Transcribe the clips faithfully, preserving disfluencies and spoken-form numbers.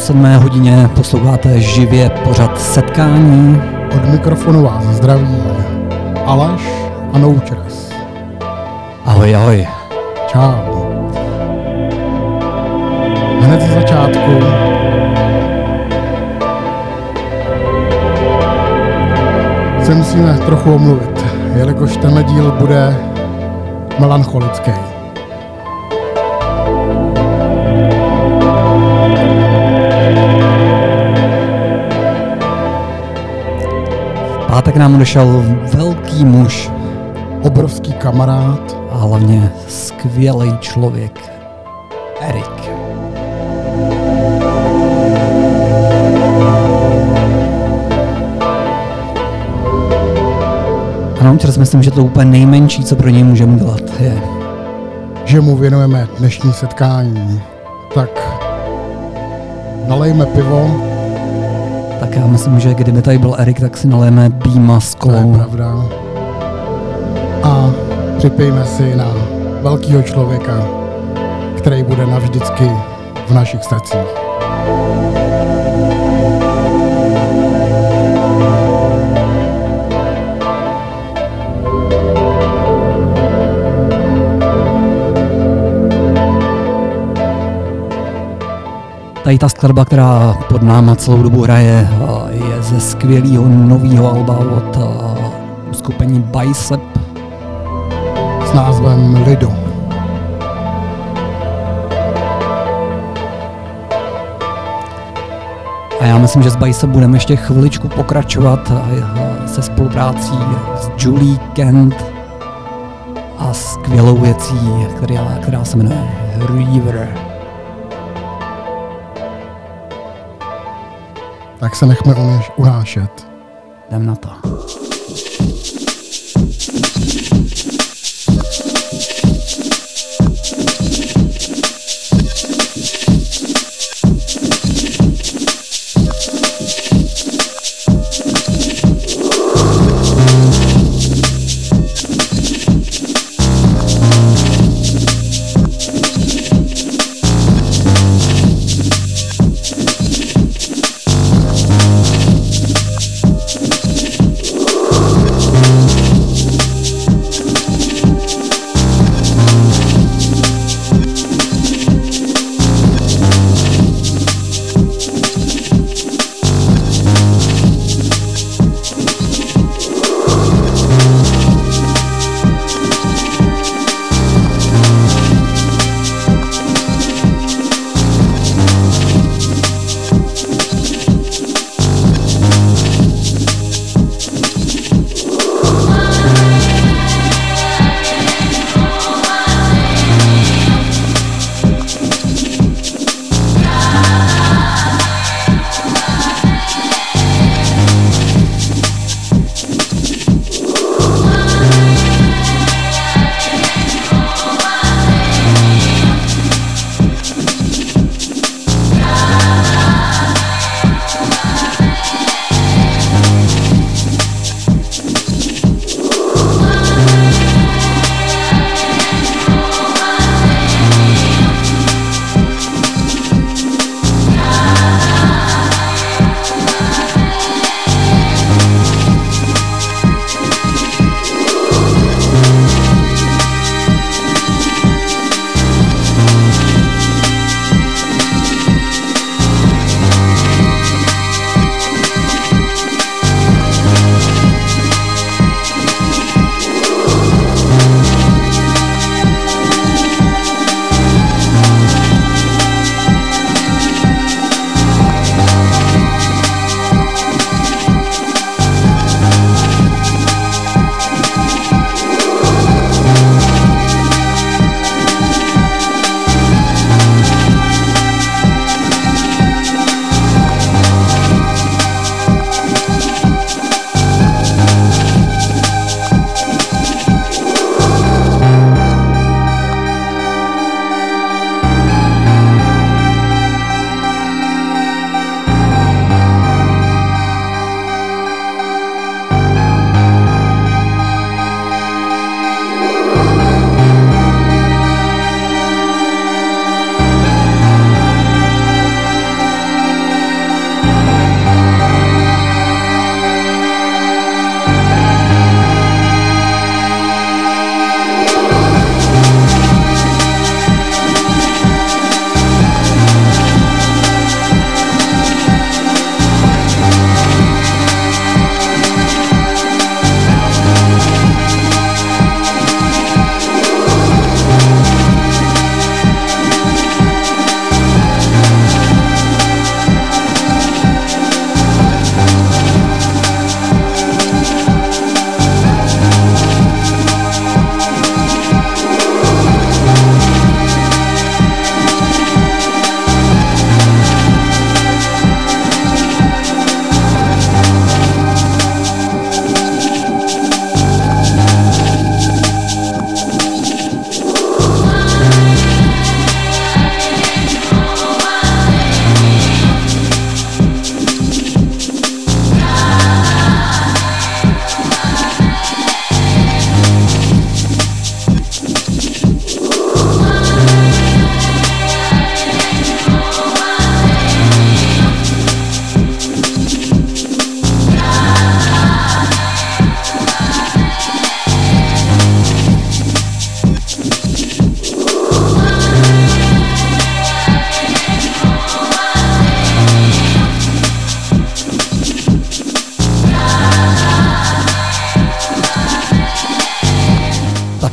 sedmé hodině posloucháte živě pořad Setkání. Od mikrofonu vás zdraví Aleš a Noučres. Ahoj, ahoj. Čau. Hned z začátku se musíme trochu omluvit, jelikož tenhle díl bude melancholický. V pátek nám odešel velký muž. Obrovský kamarád. A hlavně skvělý člověk. Erik. Ano, čas myslím, že to úplně nejmenší, co pro něj můžeme dělat, je, že mu věnujeme dnešní setkání. Tak nalejme pivo. Tak já myslím, že kdyby tady byl Erik, tak si nalejeme býma s kolou. To je pravda. A připijme si na velkýho člověka, který bude navždycky v našich srdcích. Tady ta skladba, která pod náma celou dobu hraje, je ze skvělého nového alba od skupení Bicep s názvem Lido. A já myslím, že s Bicep budeme ještě chviličku pokračovat se spoluprácí s Julie Kent a skvělou věcí, která, která se jmenuje River. Tak se nechme unášet. Jdem na to.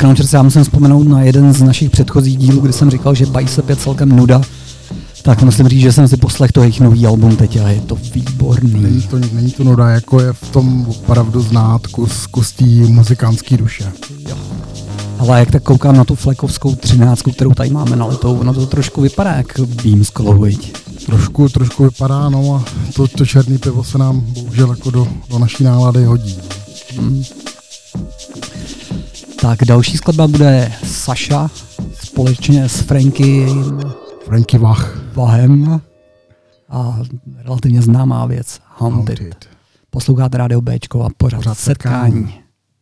Tak no, já musím vzpomenout na jeden z našich předchozích dílů, kdy jsem říkal, že Bicep je celkem nuda. Tak musím říct, že jsem si poslech to jejich nový album teď a je to výborný. Není to, není to nuda, jako je v tom opravdu znát kus, kus té muzikantské duše. Jo. Ale jak tak koukám na tu flekovskou třináctku, kterou tady máme na letou, ono to trošku vypadá jak Beamsklo, viď? Trošku, trošku vypadá, no a to, to černý pivo se nám bohužel jako do, do naší nálady hodí. Hmm. Tak další skladba bude Saša společně s Frankiem Franky Vach. Vahem a relativně známá věc Haunted. Haunted. Posloucháte Rádio Béčko a pořád, Pořád setkání. setkání.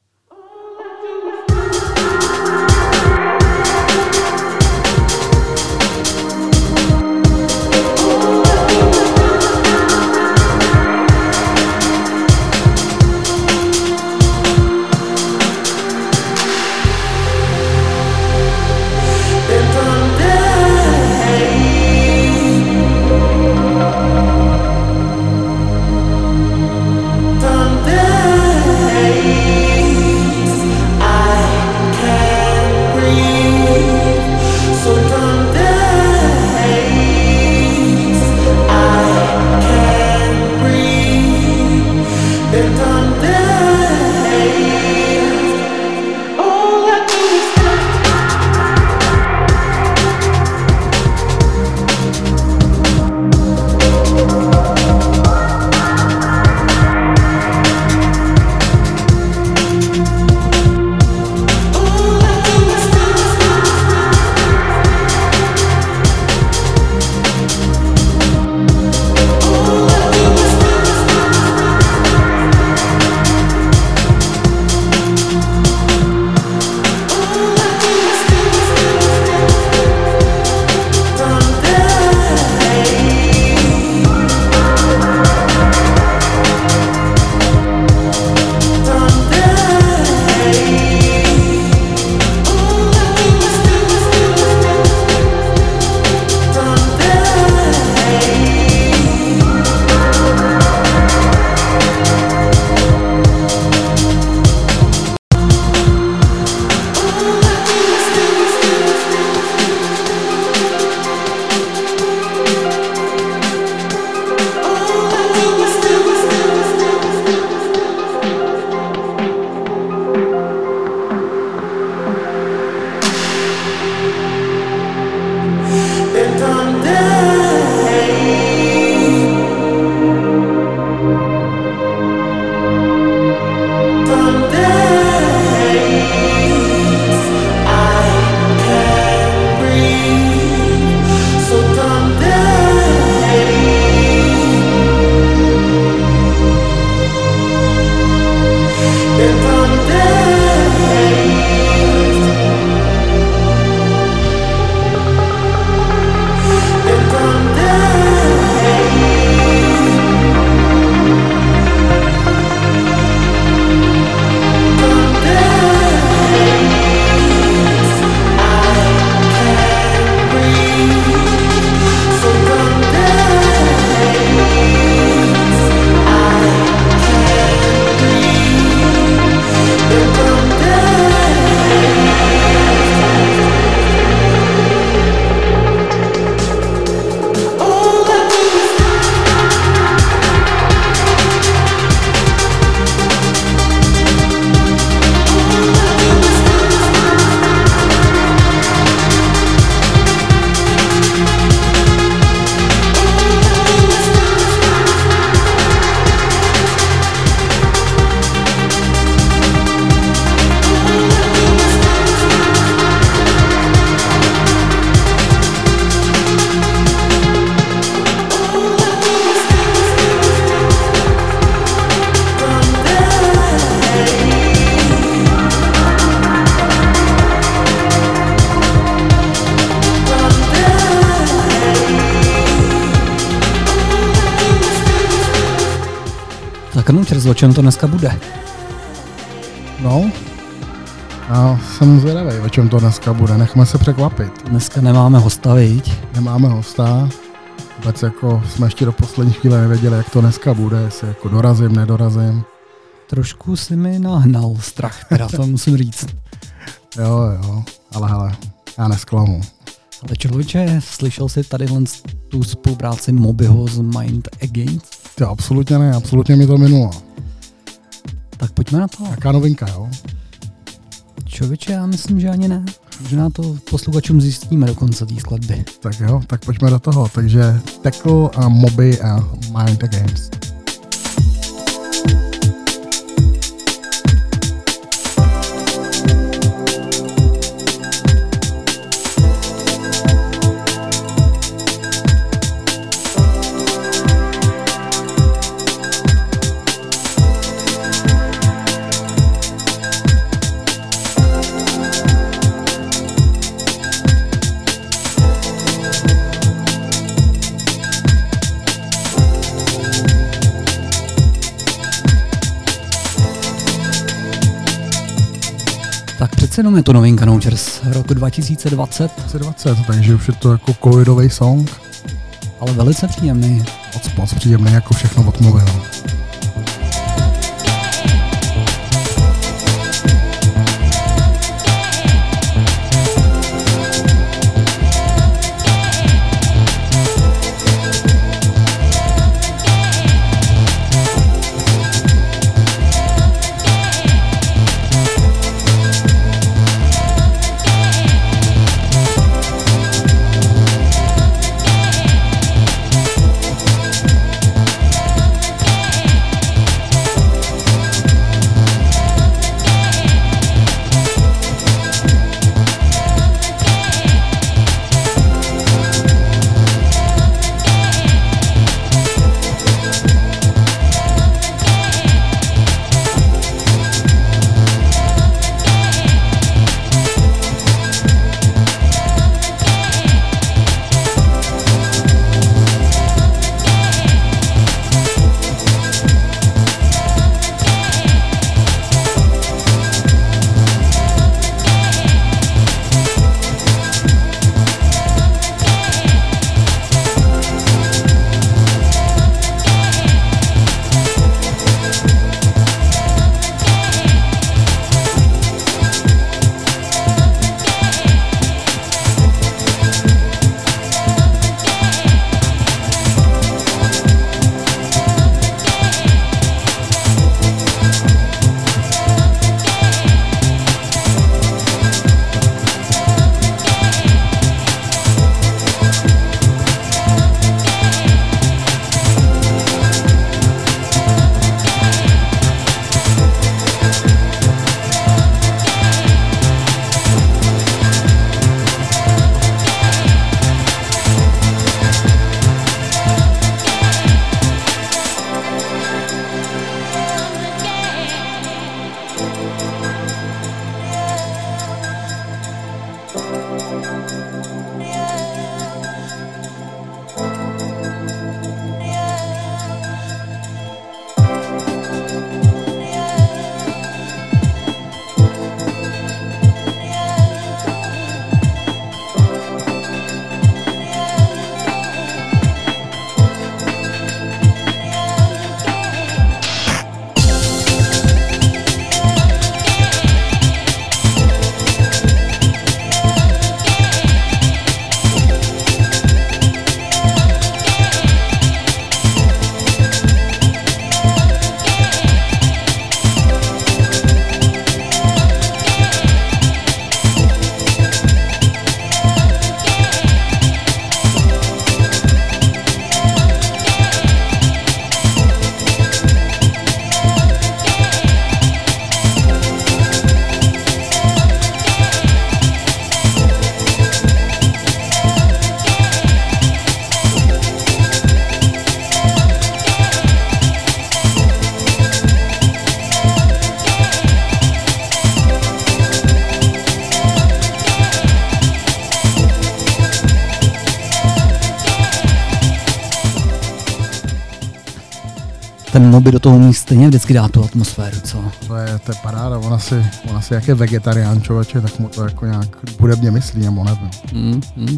Krnučers, o čem to dneska bude? No, já jsem zvědavý, o čem to dneska bude, nechme se překvapit. Dneska nemáme hosta, viď? Nemáme hosta, vůbec jako jsme ještě do poslední chvíle nevěděli, jak to dneska bude, jestli jako dorazím, nedorazím. Trošku si mi nahnal strach, teda to musím říct. Jo, jo, ale hele, já nesklamu. Ale člověče, slyšel jsi tady tu spolupráci Mobyho s Mind Against? To absolutně ne, absolutně mi to minulo. Tak pojďme na to. Jaká novinka, jo? Člověče, já myslím, že ani ne. Možná to posluchačům zjistíme do konce té skladby. Tak jo, tak pojďme do toho. Takže Tackle a Moby a Mind Against. Přece jenom je to novinka Noucher z roku dva tisíce dvacet. dva tisíce dvacet, takže už je to jako covidový song. Ale velice příjemný. Moc, moc příjemný, jako všechno od Mobyho. ten Moby do toho umí stejně vždycky dá tu atmosféru, co? To je, to je paráda, ona si, ona si jak je vegetarián člověče, tak mu to jako nějak hudebně myslí, nebo nevím. Mm, mm.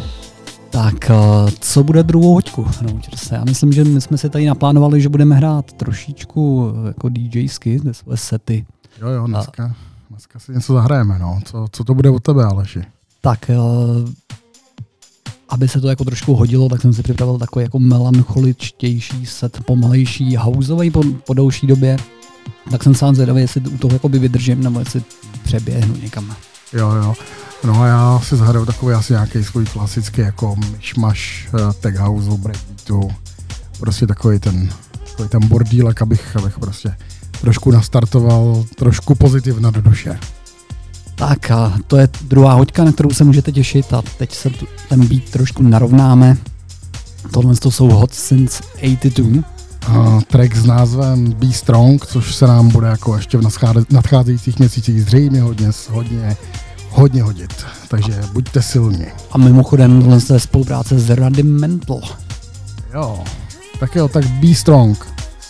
Tak, co bude druhou hoďku? No, já myslím, že my jsme si tady naplánovali, že budeme hrát trošičku jako DJsky, své sety. Jo, jo, dneska, dneska si něco zahrajeme, no. Co, co to bude od tebe, Aleši? Tak, uh, aby se to jako trošku hodilo, tak jsem si připravil takový jako melancholičtější set, pomalejší, houseový po, po delší době. Tak jsem sám zvědavý, jestli u toho jakoby vydržím, nebo jestli přeběhnu někam. Jo, jo. No a já si zahraju takový asi nějaký svůj klasický jako myšmaš uh, tech houseu, breakbeatu. Prostě takový ten, takový ten bordílek, abych, abych prostě trošku nastartoval, trošku pozitivna do duše. Tak a to je druhá hoďka, na kterou se můžete těšit a teď se tu, ten beat trošku narovnáme. Tohle to jsou Hot Since osmdesát dva. Uh, track s názvem Be Strong, což se nám bude jako ještě v nadcházejících měsících zřejmě hodně, hodně, hodně hodit. Takže buďte silní. A mimochodem tohle je spolupráce s Rudimental. Jo, tak jo, tak Be Strong.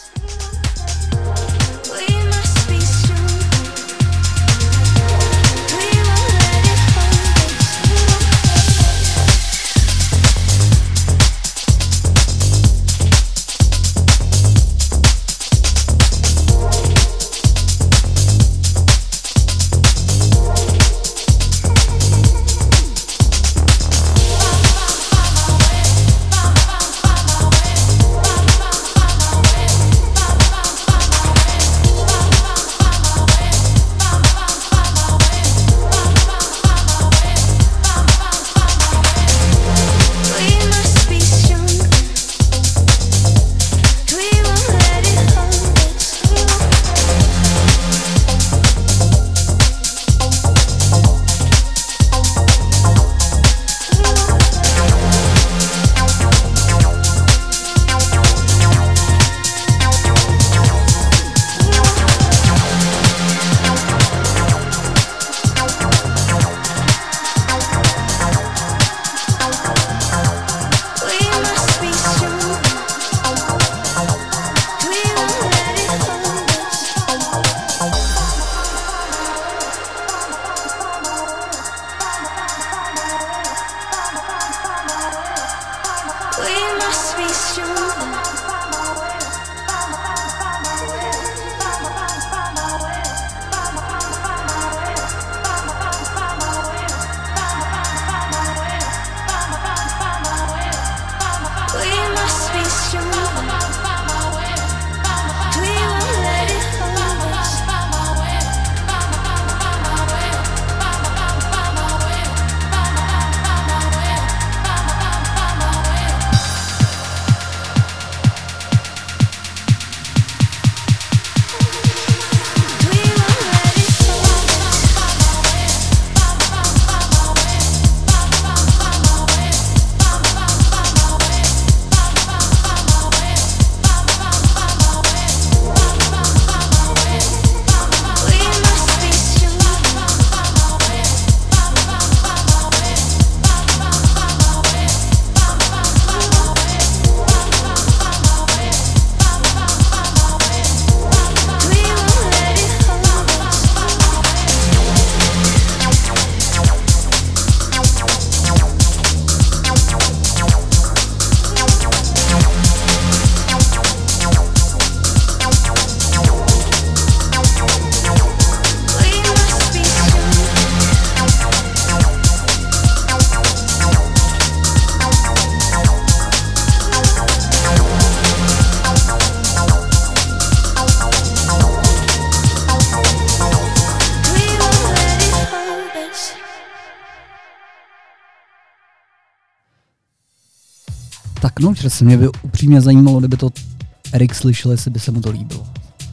Tak no, že mě by upřímně zajímalo, kdyby to Erik slyšel, jestli by se mu to líbilo.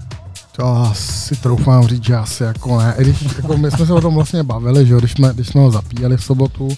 To asi troufám říct, že asi jako ne. I když jako my jsme se o tom vlastně bavili, že když jsme, když jsme ho zapíjeli v sobotu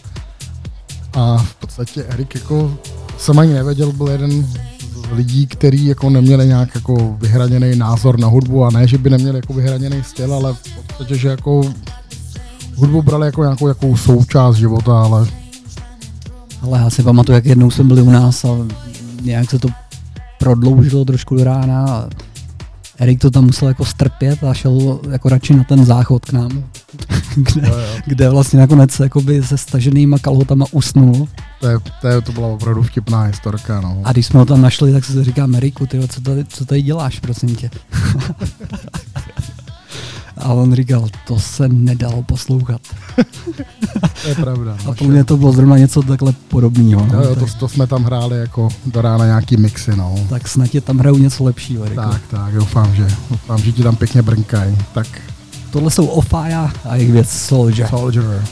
a v podstatě Erik jako jsem ani nevěděl, byl jeden z lidí, který jako neměli nějak jako vyhraněný názor na hudbu a ne, že by neměli jako vyhraněný styl, ale v podstatě, že jako hudbu brali jako nějakou jako součást života, ale Ale já si pamatuju, jak jednou jsme byli u nás a nějak se to prodloužilo trošku do rána a Erik to tam musel jako strpět a šel jako radši na ten záchod k nám, kde, jo, jo. kde vlastně nakonec jakoby se staženýma kalhotama usnul. To, je, to, je, to byla opravdu vtipná historka. No. A když jsme ho tam našli, tak se říká, Eriku, tyjo, co, tady, co tady děláš, prosím tě? A on říkal, to se nedalo poslouchat. To je pravda. A to mě to bylo zrovna něco takhle podobného. No, jo, to, to jsme tam hráli jako do rána nějaký mixy, no. Tak snad je tam hrajou něco lepšího. Tak, tak, doufám, že, doufám, že ti tam pěkně brnkají. Tak. Tohle jsou Ofaya a jejich věc Soldier. Soldier.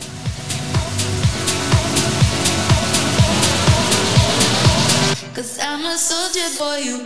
Cause I'm a soldier for you.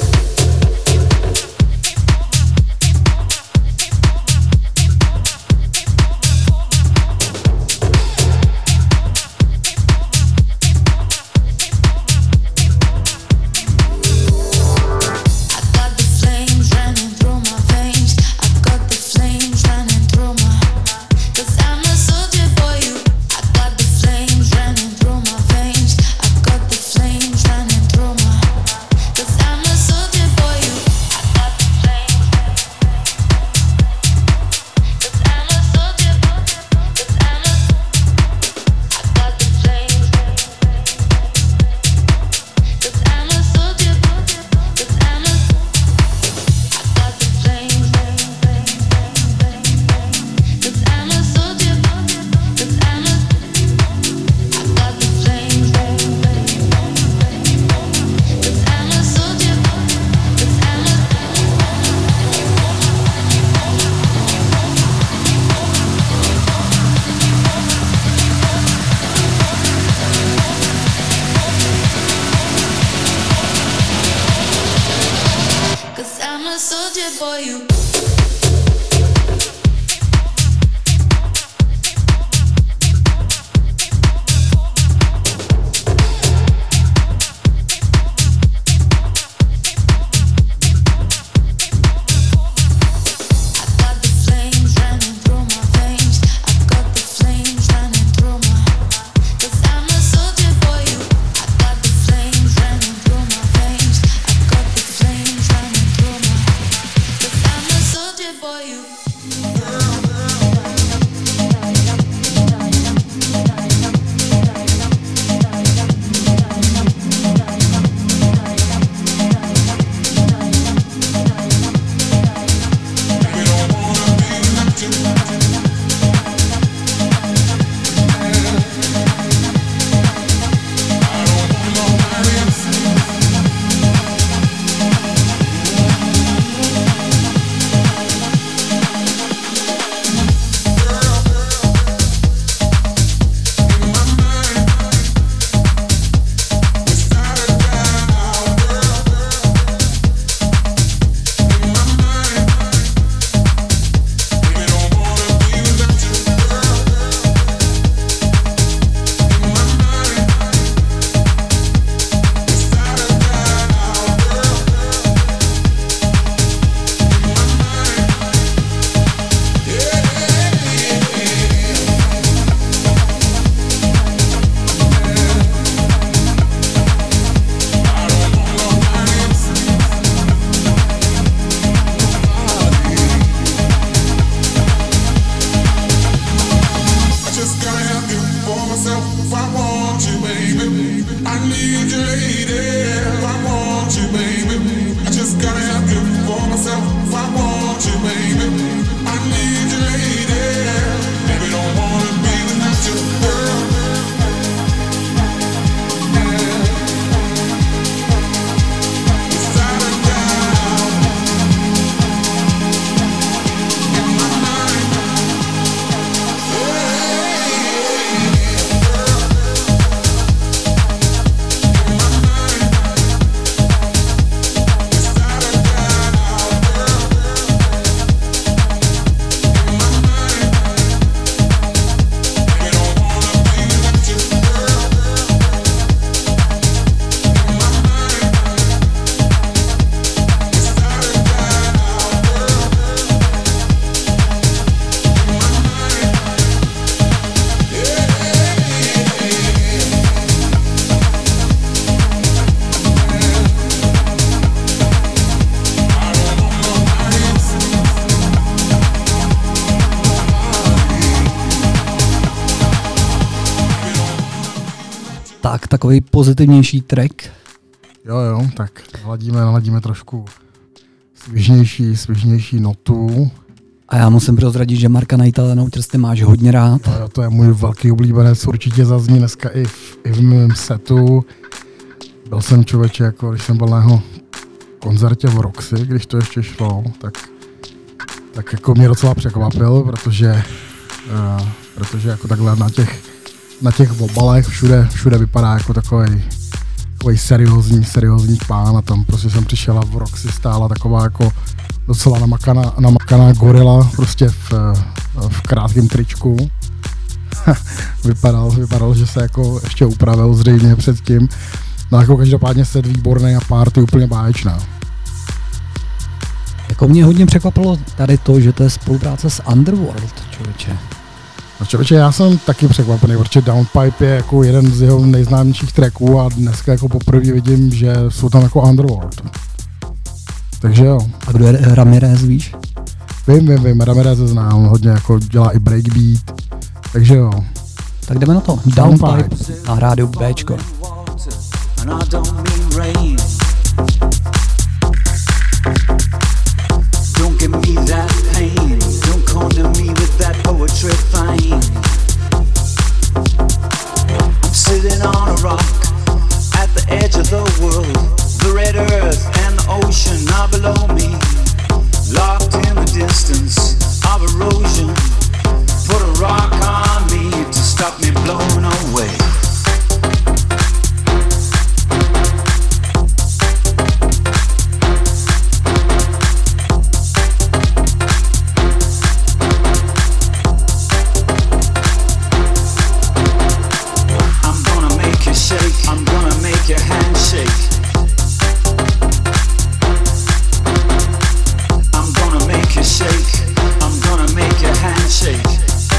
Tak, takový pozitivnější track. Jo, jo, tak hladíme, hladíme trošku svižnější, svižnější notu. A já musím prozradit, že Marka Knighta na útrsty máš hodně rád. To, to je můj velký oblíbenec, určitě zazní dneska i v, i v mém setu. Byl jsem člověče, jako když jsem byl na jeho koncertě v Roxy, když to ještě šlo, tak, tak jako mě docela překvapil, protože, uh, protože jako takhle na těch, na těch obalech všude, všude vypadá jako takový takový seriózní, seriózní pán a tam prostě jsem přišel a v Roxy stála taková jako docela namakaná, namakaná gorila prostě v, v krátkém tričku. vypadal, vypadal, že se jako ještě upravil zřejmě předtím. No jako každopádně set výborný a party úplně báječná. Jako mě hodně překvapilo tady to, že to je spolupráce s Underworld, člověče. No člověče, já jsem taky překvapený, protože Downpipe je jako jeden z jeho nejznámějších tracků a dneska jako poprvé vidím, že jsou tam jako Underworld. Takže jo. A kdo je Ramirez, víš? Vím, vím, vím, Ramirez znám, hodně jako dělá i breakbeat, takže jo. Tak jdeme na to. Downpipe na rádiu Bčko. Don't give me that pain, don't corner me with that poetry fine. I'm sitting on a rock at the edge of the world. The red earth and the ocean are below me, locked in the distance of erosion. Put a rock on me to stop me blowing away. I'm gonna make your hand shake. I'm gonna make you shake. I'm gonna make your hand shake.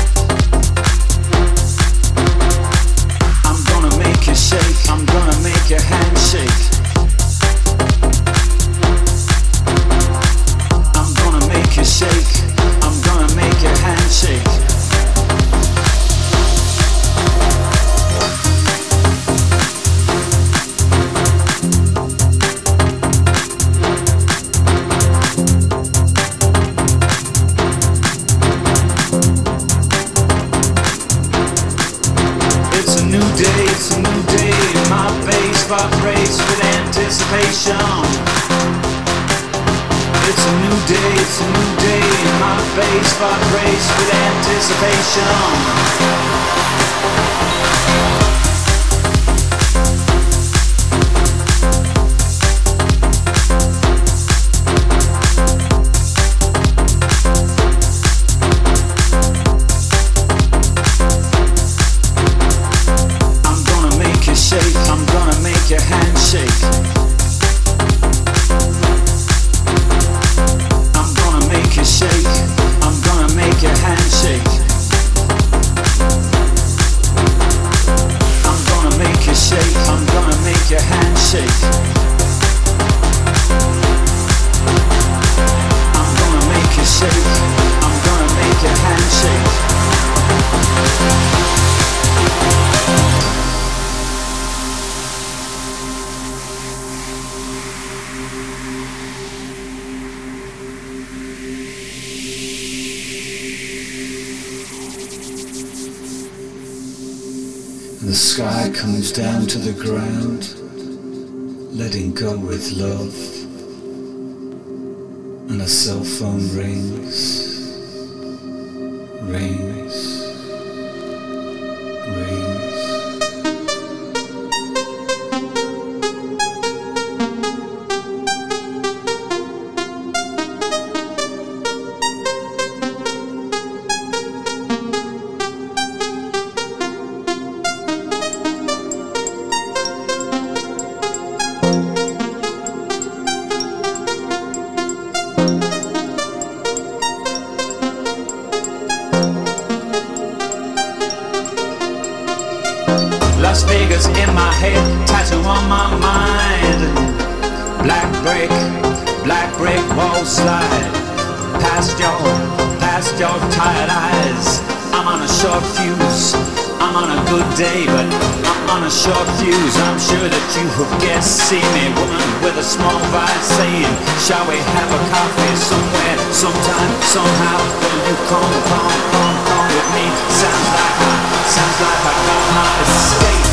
I'm gonna make you shake. I'm gonna make your hand shake. I'm gonna make you shake. I'm gonna make your hand shake. It's a new day, my bass vibrates with anticipation. It's a new day, it's a new day, my bass vibrates with anticipation. I'm gonna make your hand shake. I'm gonna make you shake. I'm gonna make your hand shake. I'm gonna make you shake. I'm gonna make your hand shake. I'm gonna make you shake. I'm gonna make your hand shake. The sky comes down to the ground, letting go with love, and a cell phone rings, rings, rings. Las Vegas in my head, tattoo on my mind. Black brick, black brick wall slide. Past your, past your tired eyes. I'm on a short fuse, I'm on a good day, but I'm on a short fuse. I'm sure that you have guessed, see me, woman with a small vice saying, shall we have a coffee somewhere, sometime somehow when you come, come, come, come with me. Sounds like I, sounds like I got my escape.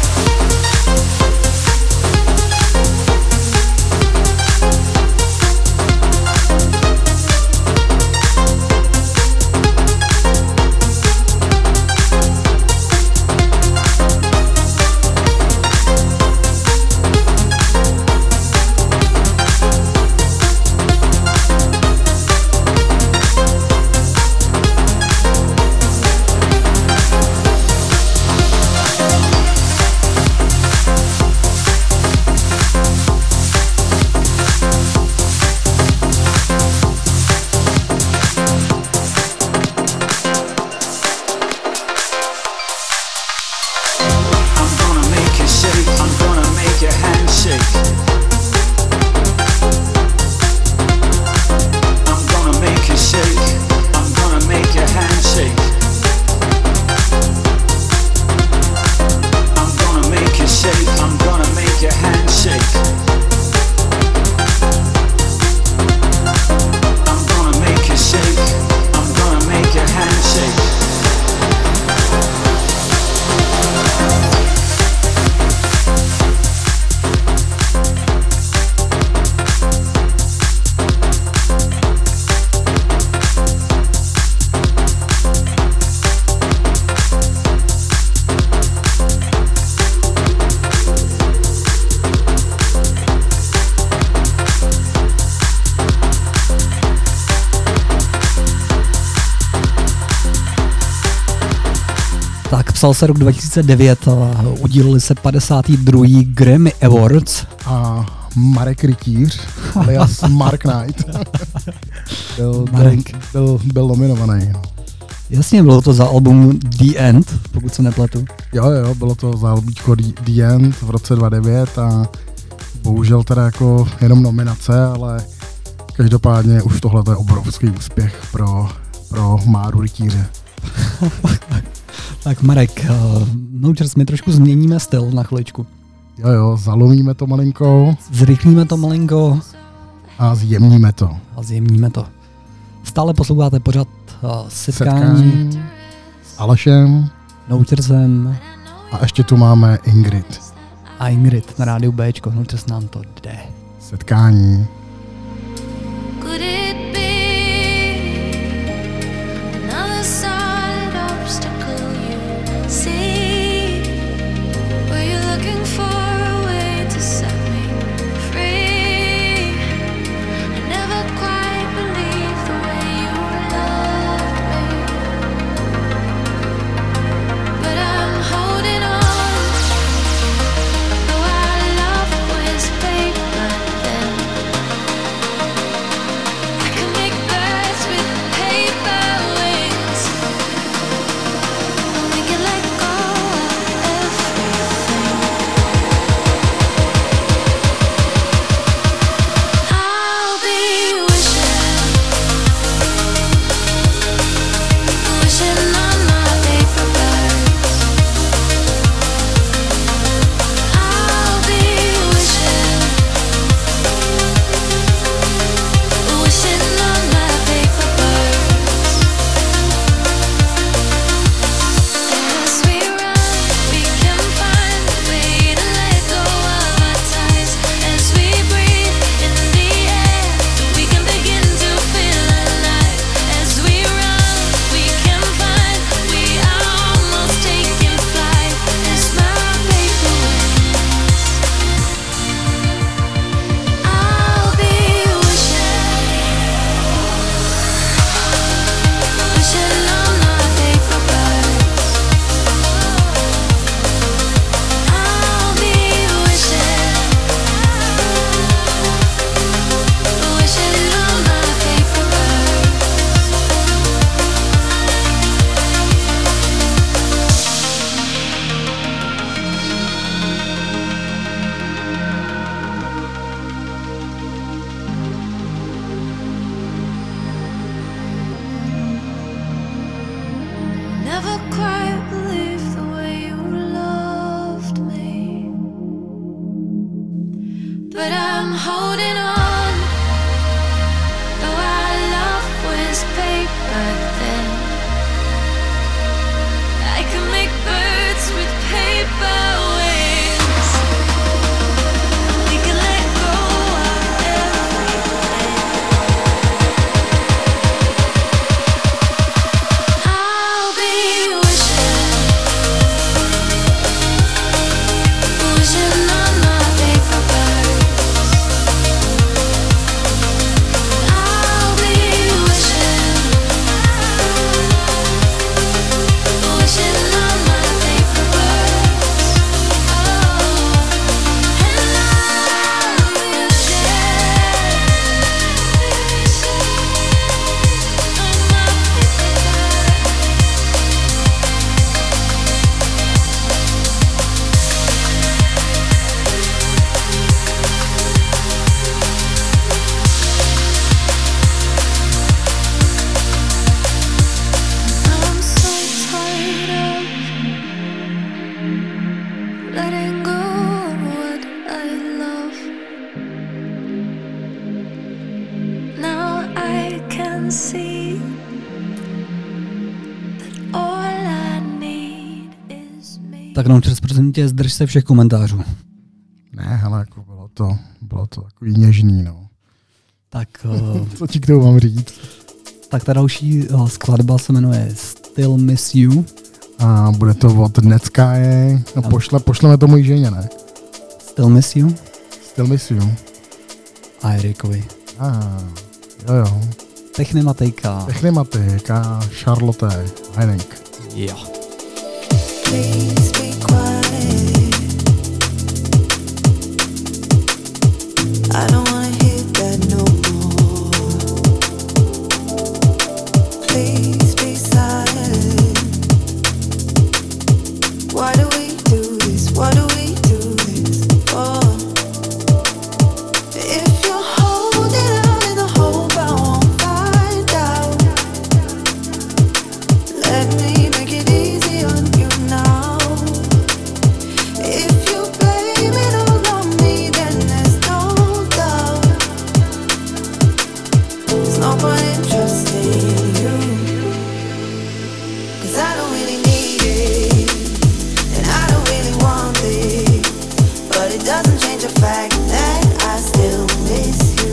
Psal se rok dva tisíce devět, udíleli se padesátý druhý Grammy Awards. A Marek Rytíř, alias Mark Knight, byl, Marek. Byl, byl, byl nominovaný. Jasně, bylo to za album The End, pokud se nepletu. Jo, jo, bylo to za albíčko The, The End v roce dva tisíce devět a bohužel teda jako jenom nominace, ale každopádně už tohle je obrovský úspěch pro, pro Máru Rytíře. Tak Marek, no čas, my trošku změníme styl na chviličku. Jo, jo, zalomíme to malinko. Zrychlíme to malinko. A zjemníme to. A zjemníme to. Stále posloucháte pořád uh, setkání. setkání s Alešem. Noučersem. A ještě tu máme Ingrid. A Ingrid na rádiu Bčko, Noučers nám to jde. Setkání. Could it be another solid obstacle you see? Were you looking for a way to set me free? I never quite believed the way you loved me, but I'm holding on. Though our love was paper then, I can make birds with paper wings. We can let go of everything. I'll be wishing, wishing on my paper birds. I'll be wishing, wishing on my paper birds. As we run, we can find a way to let go of our ties. As we breathe in the air, we can begin to feel alive. As we run, we can find we are almost taking flight. As my paper wings, I'll be wishing, wishing on my paper birds. I'll be wishing, wishing on my paper birds. Never quite believed the way you loved me, but I'm holding on. Though our love was paper can see that all I need is me. Tak no, prosím tě, zdrž se všech komentářů. Ne, hele, jako bylo to, bylo to takový něžný, no. Tak, uh, Co ti k tomu mám říct? tak ta další uh, skladba se jmenuje Still Miss You. A bude to od Netsky. No pošle, pošleme to mojí ženě, ne? Still Miss You Still miss you. a Erikovi. A jo jo. Technimatika. Technimatik a Charlotte Heining. Jo. Please be quiet. I don't wanna hear that no more. Please be silent. Why do we do this? Why do we do this? Oh. If you're holding out in the hope I won't find out, let me make it easy on you now. If you blame it all on me, then there's no doubt. There's no point in trusting you, 'cause I don't really need it, and I don't really want it, but it doesn't change the fact that I still miss you.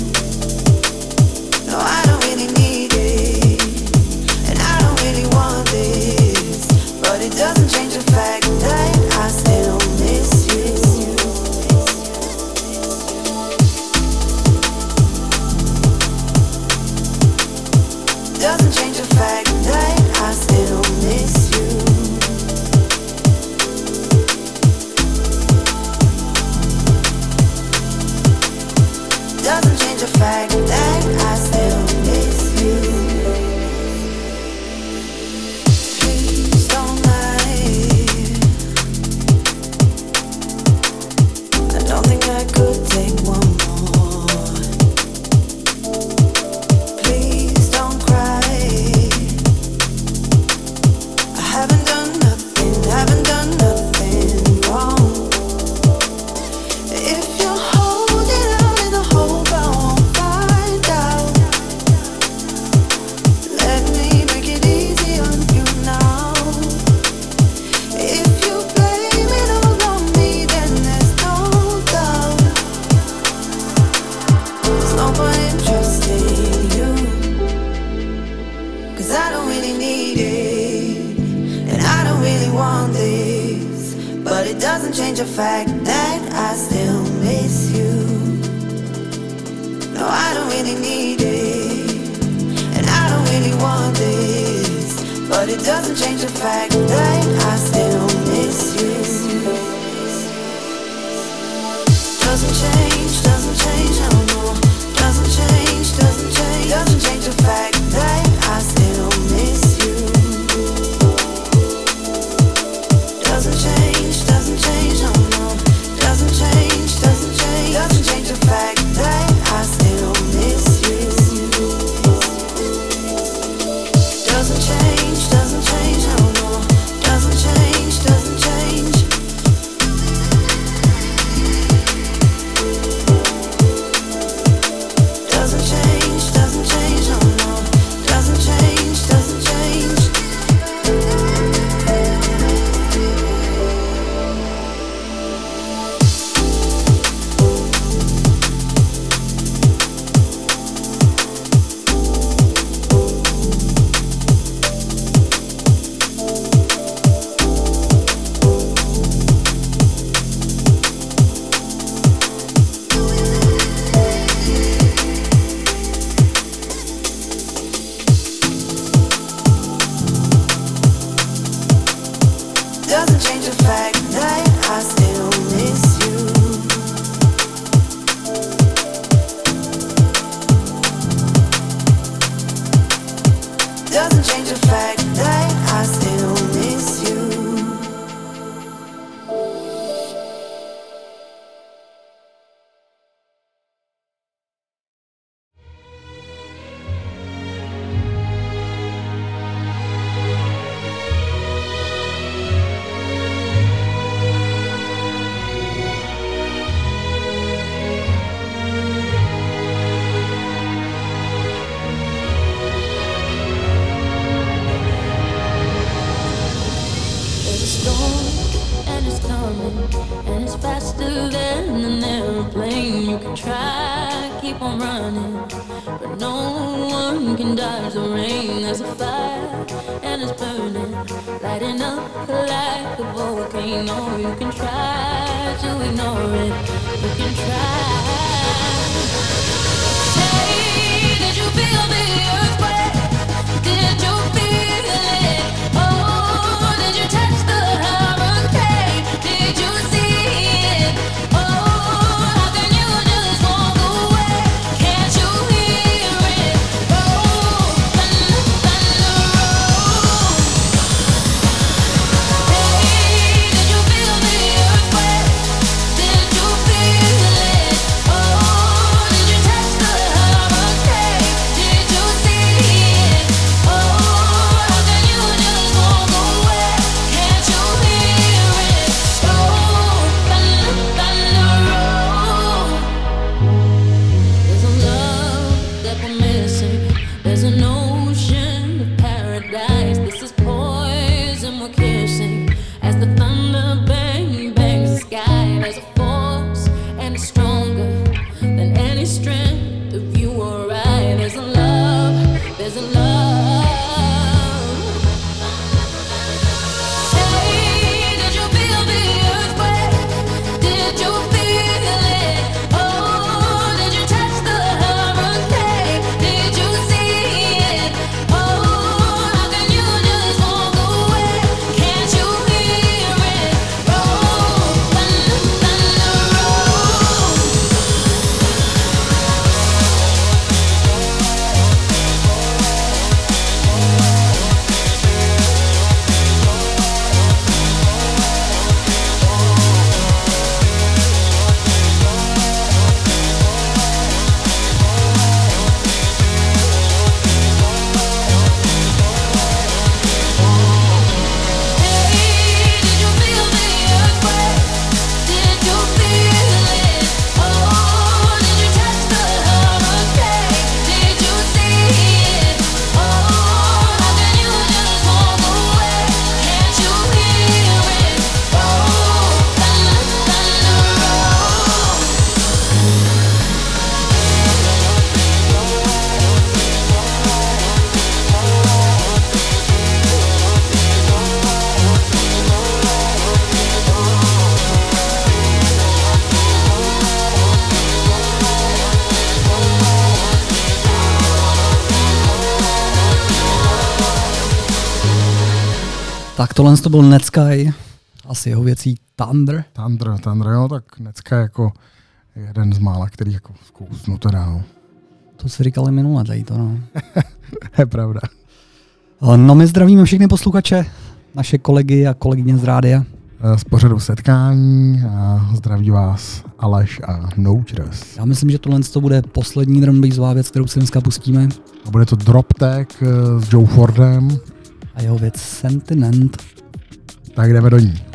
No, I don't really need it, and I don't really want this, but it doesn't change the fact that I still miss you. Doesn't change the fact that I still miss you. Doesn't change the fact that I still miss you. Please don't lie. I don't think I could take one more. Please don't cry. I haven't done nothing, haven't done nothing wrong. If you're holding out in the hope I won't find out, let me make it easy on you now. If you blame it all on me, then there's no doubt. There's no point in trusting you, 'cause I don't really need it, and I don't really want this, but it doesn't change the fact that I still miss you. No, I don't really need it, and I don't really want this, but it doesn't change the fact that I still miss you. Doesn't change, doesn't change, no, no. Doesn't change, doesn't change, doesn't change the fact that I still miss you. Doesn't change, doesn't change, no, no. Doesn't change, doesn't change, doesn't change the fact that I still miss you. Doesn't change, doesn't change, no, no. Doesn't change, doesn't change. Doesn't change, doesn't change, no, no. Doesn't change, doesn't change. Doesn't change the fact that I still miss you. Doesn't change the fact that I still miss you. you can try, keep on running, but no one can dodge the rain. There's a fire and it's burning, lighting up like a volcano. You can try to ignore it, you can try. Hey, did you feel the earthquake? Did you feel it? Oh, did you touch the hurricane? Did you see it? Oh, how can you just walk away? Can't you hear it? Oh, thunder, thunder roll. Hey, did you feel the earthquake? Did you feel it? Oh, did you touch the hurricane? Did you see it? Oh, how can you just walk away? Can't you hear it? Oh, thunder, thunder roll. There's a love that we're missing. There's an ocean of paradise. This is poison we're kissing. As the thunder bang bangs the sky, there's a force and it's stronger than any strength of you or I. There's a love, there's a love. Hey, did you feel the earthquake? Did you feel it? Oh, did you touch the hurricane? Did you see it? Oh, how can you just walk away? Can't you hear it? Oh, thunder, thunder roll. Hey, did you feel the earthquake? Did you feel it? Oh, did you touch the hurricane? Did you see it? Oh, how can you just walk away? Can't you hear it? Oh, thunder, thunder roll. Tak tohle to byl Netsky, asi jeho věcí Thunder. Thunder, Thunder, jo, tak dneska jako jeden z mála, který jako zkousnu teda, no. To si říkali minule, tady to no. Je pravda. No my zdravíme všechny posluchače, naše kolegy a kolegyně z rádia. Z pořadu setkání a zdraví vás Aleš a Nouchers. Já myslím, že tohle to bude poslední drum bassová věc, kterou si dneska pustíme. A bude to Droptech s Joe Fordem. A jeho věc Sentiment. Tak jdeme do ní.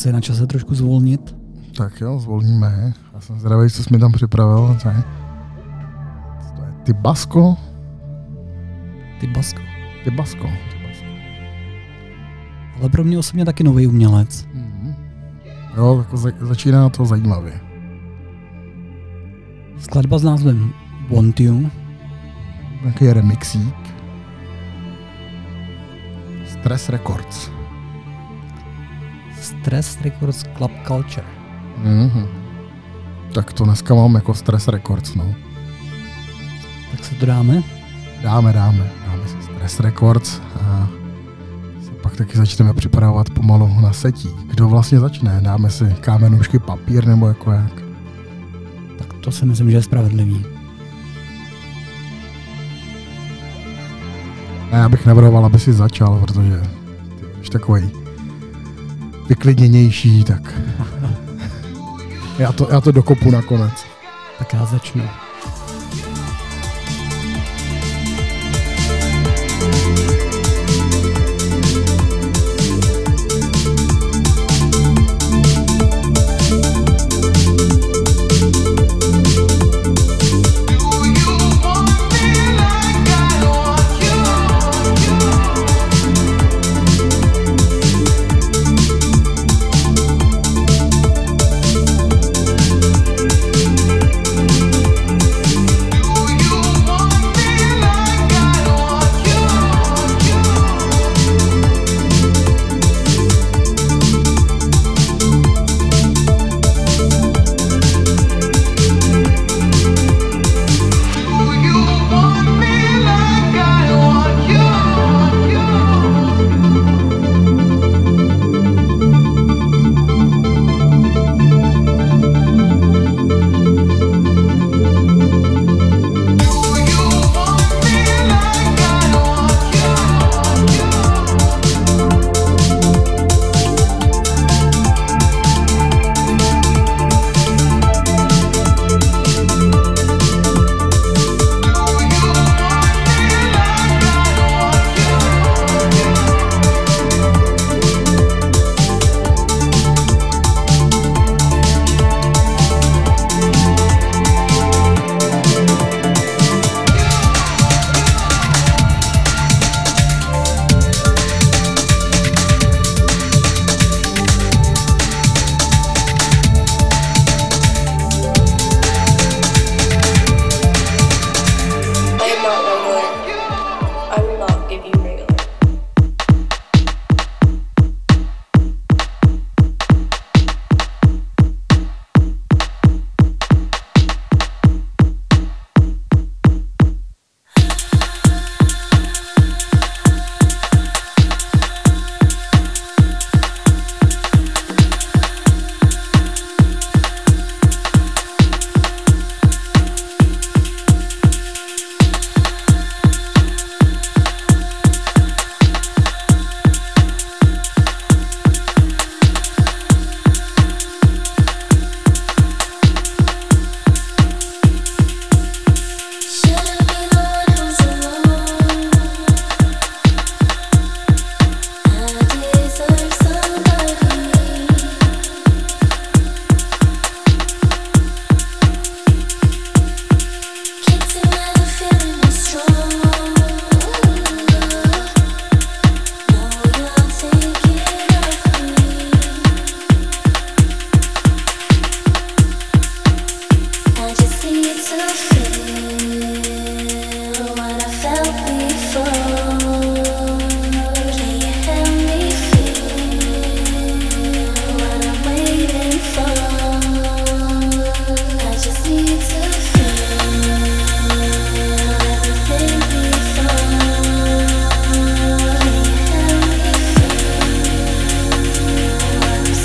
asi je na čase trošku zvolnit. Tak jo, zvolníme. Já jsem zvědavý, co jsi mi tam připravil. Co je? To je Tibasco? Tibasco. Tibasco. Ale pro mě osobně taky nový umělec. Mm-hmm. Jo, jako za, začíná to zajímavě. Skladba s názvem Want You. Nějaký remixík. Stress Records. Stress Records Club Culture. Mm-hmm. Tak to dneska mám jako Stress Records, no. Tak se to dáme. Dáme, dáme. Dáme si Stress Records a se pak taky začneme připravovat pomalu na setí. Kdo vlastně začne? Dáme si kámen, nůžky, papír nebo jako jak? Tak to si myslím, že je spravedlivý. A já bych navrhoval, aby si začal, protože ty jsi takovej vyklidněnější, tak já to, já to dokopu nakonec. Tak já začnu.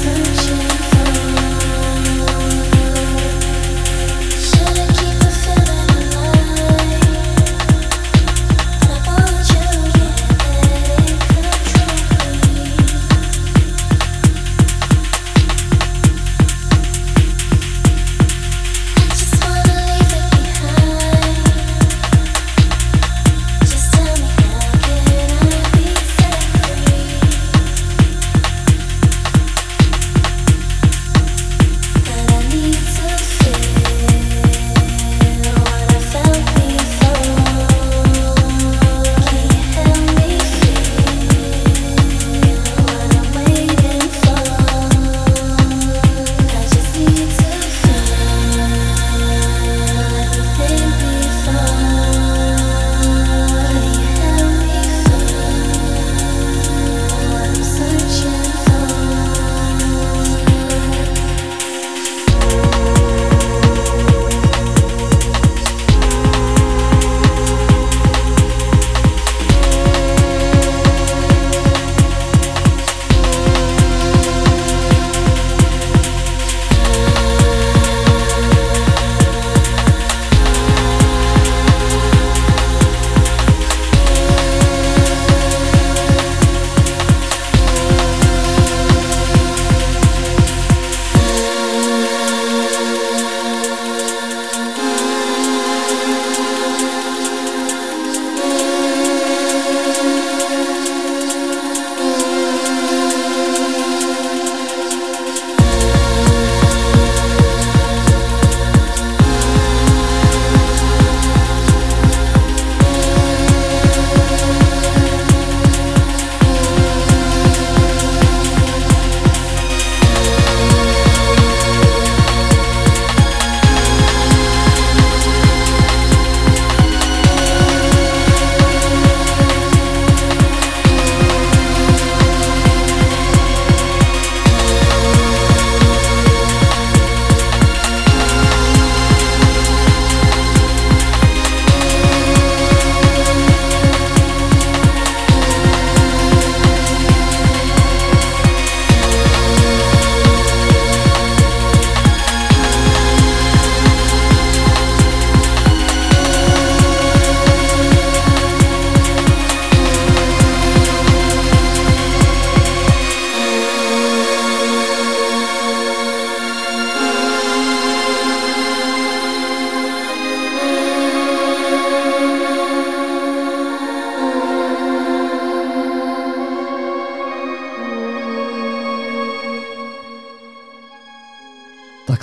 Should I keep a feeling?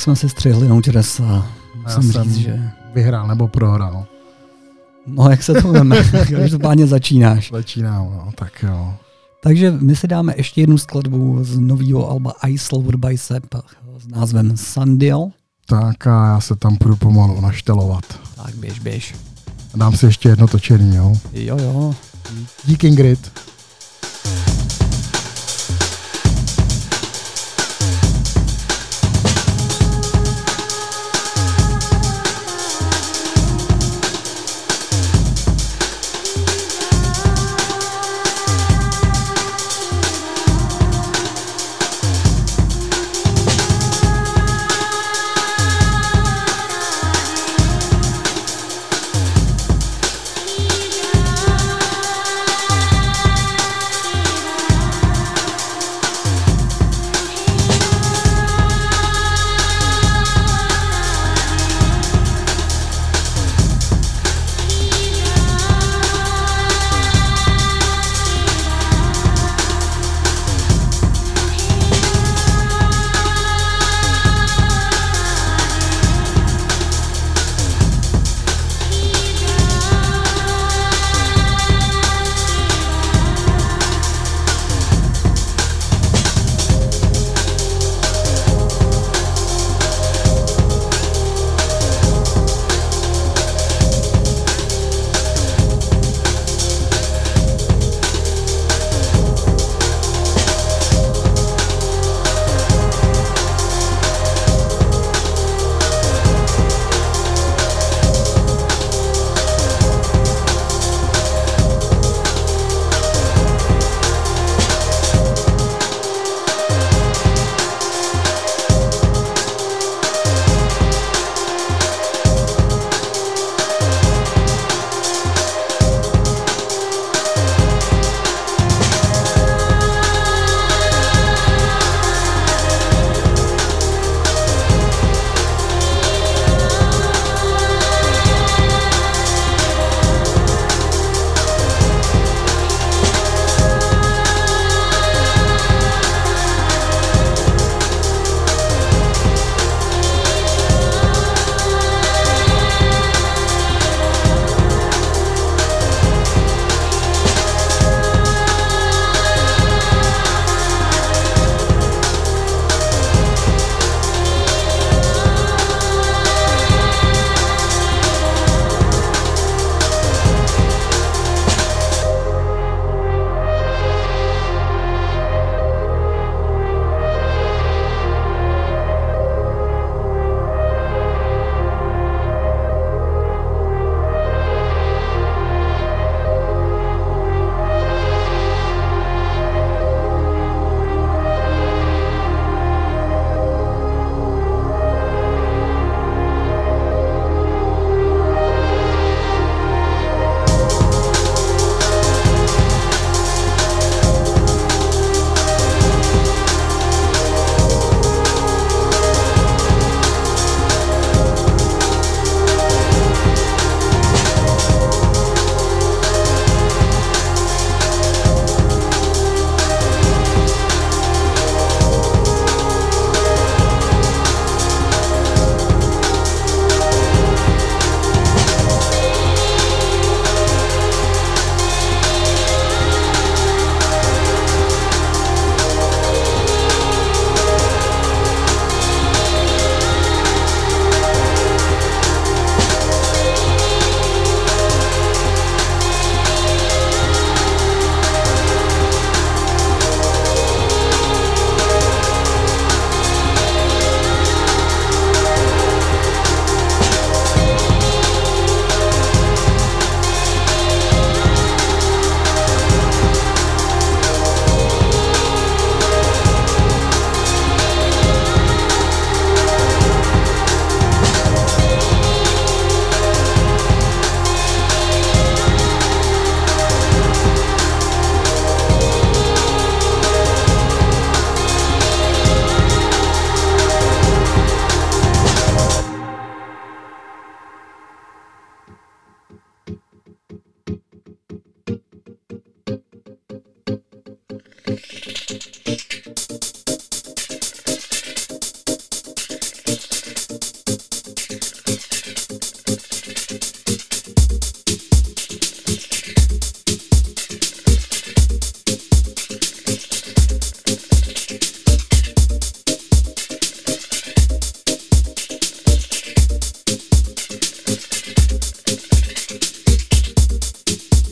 jsme si střihli no Jazz a musím Já říct, jsem že... vyhrál nebo prohrál. No, jak se to veme, každopádně začínáš. Začínám, no, tak jo. Takže my si dáme ještě jednu skladbu z nového alba Ice Lover Bicep s názvem Sundial. Tak a já se tam půjdu pomalu naštelovat. Tak běž, běž. Dám si ještě jedno točení, jo. Jo, jo. Díky Ingrid. Thank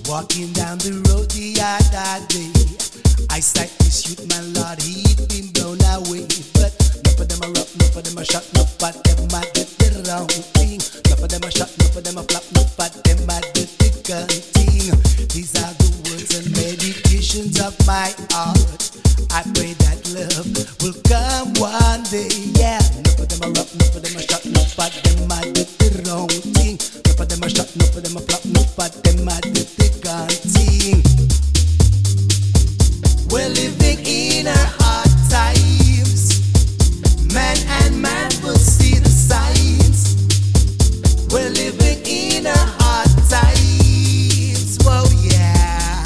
Walking down the road the other day, I sight this youth, my lord, he'd been blown away. But enough of them are up, enough of them are shot, enough of them are did the wrong thing. Enough of them are shot, enough of them are flop, enough of them are did the gun thing. These are the words and meditations of my heart. I pray that love will come one day, yeah. Enough of them are up, enough of them are shot, enough of them are did the wrong thing. Enough of them are shot, enough of them are flop, enough of them are did the gun thing. We're living in our hard times. Man and man will see the signs. We're living in our hard times. Whoa, yeah.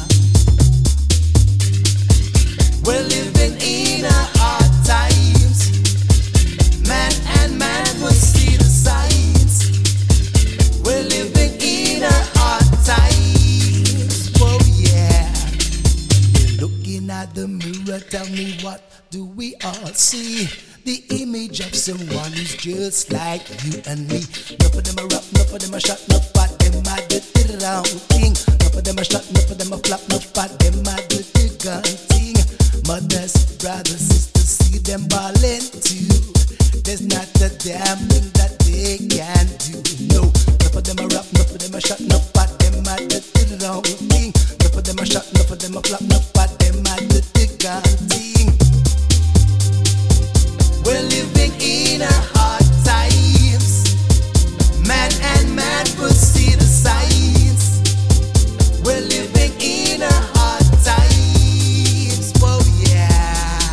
We're living in our hard times. Man and man will see the signs. We're living in our hard times. Whoa, yeah. Looking at the mirror, tell me what do we all see? The image of someone who's just like you and me. Enough of them are up, enough of them are shot, enough of them are the wrong thing. Enough of them are shot, enough of them are flop, enough of them are the gun thing. Mothers, brothers, sisters, see them ballin' too. There's not a damn thing that they can do. No, enough of them are up, enough of them are shot, enough of them are the wrong thing. Enough of them are shot, enough of them are flop, enough of them are the gun thing. We're living in our hard times. Man and man will see the signs. We're living in our hard times. Whoa, yeah.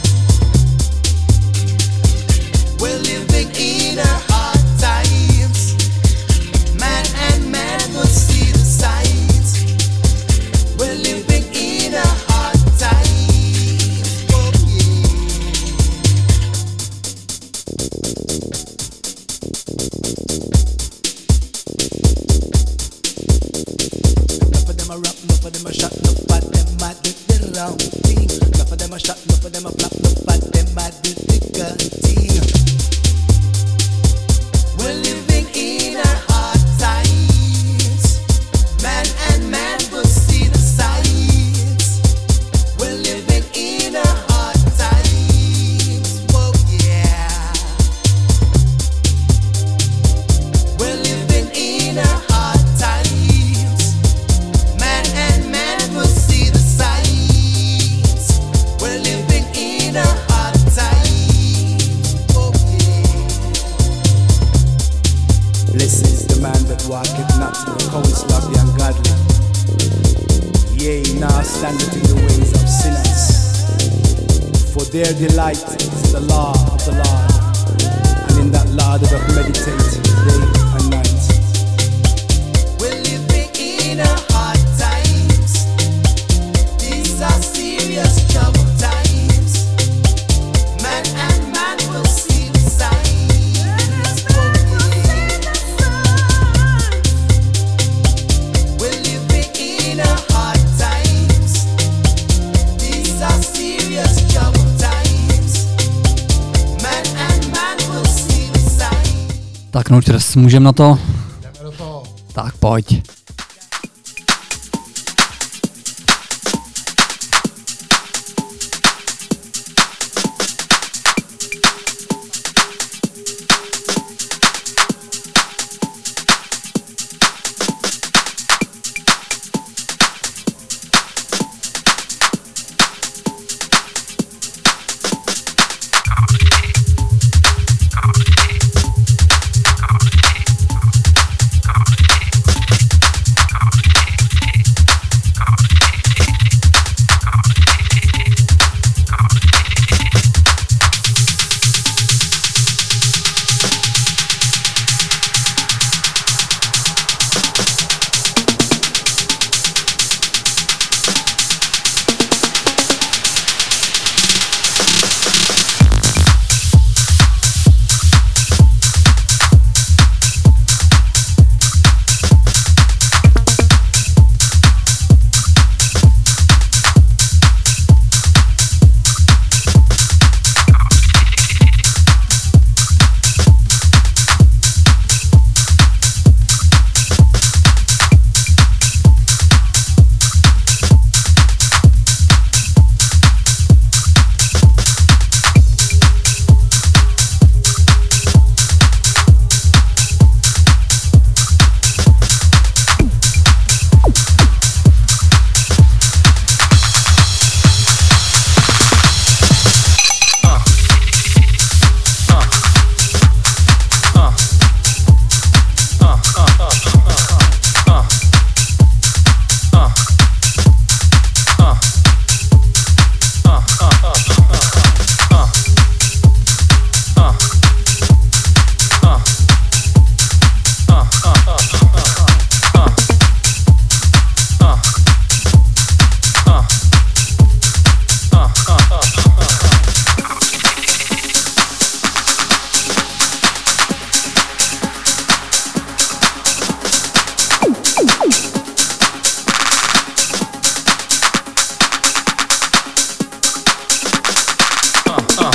We're living in our hard times. Man and man will see the signs. We're living in our hard times. Whoa, yeah. Enough of them are up, enough of them are shot, enough of them are did the wrong thing. Enough of them are shot, enough of them are flop, enough of them are did the gun thing. We're living in our hard times. Man and man will see the signs. We're living in our hard times. Whoa, yeah. We're living in our hard times. Man and man will see the signs. We're living in our hard times. Whoa, yeah. Blessed is the man that walketh not in the counsel of the ungodly. Yea, nor standeth in the ways of sinners. For their delight is the law of the Lord, and in that law they doth meditate day and night. We're living in our hard times. These are serious troubled times. Man and man will see the signs. Oh, yeah. We're living in our hard times. These are serious troubled times. Man and man will see the signs. Tak no, Čres, můžem na to? Jdeme do toho. Tak pojď.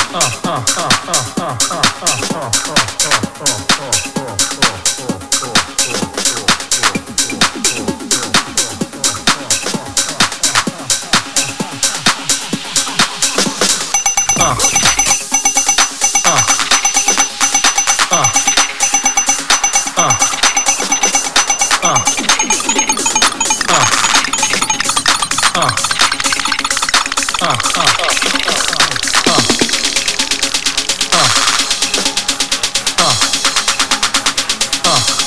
Uh.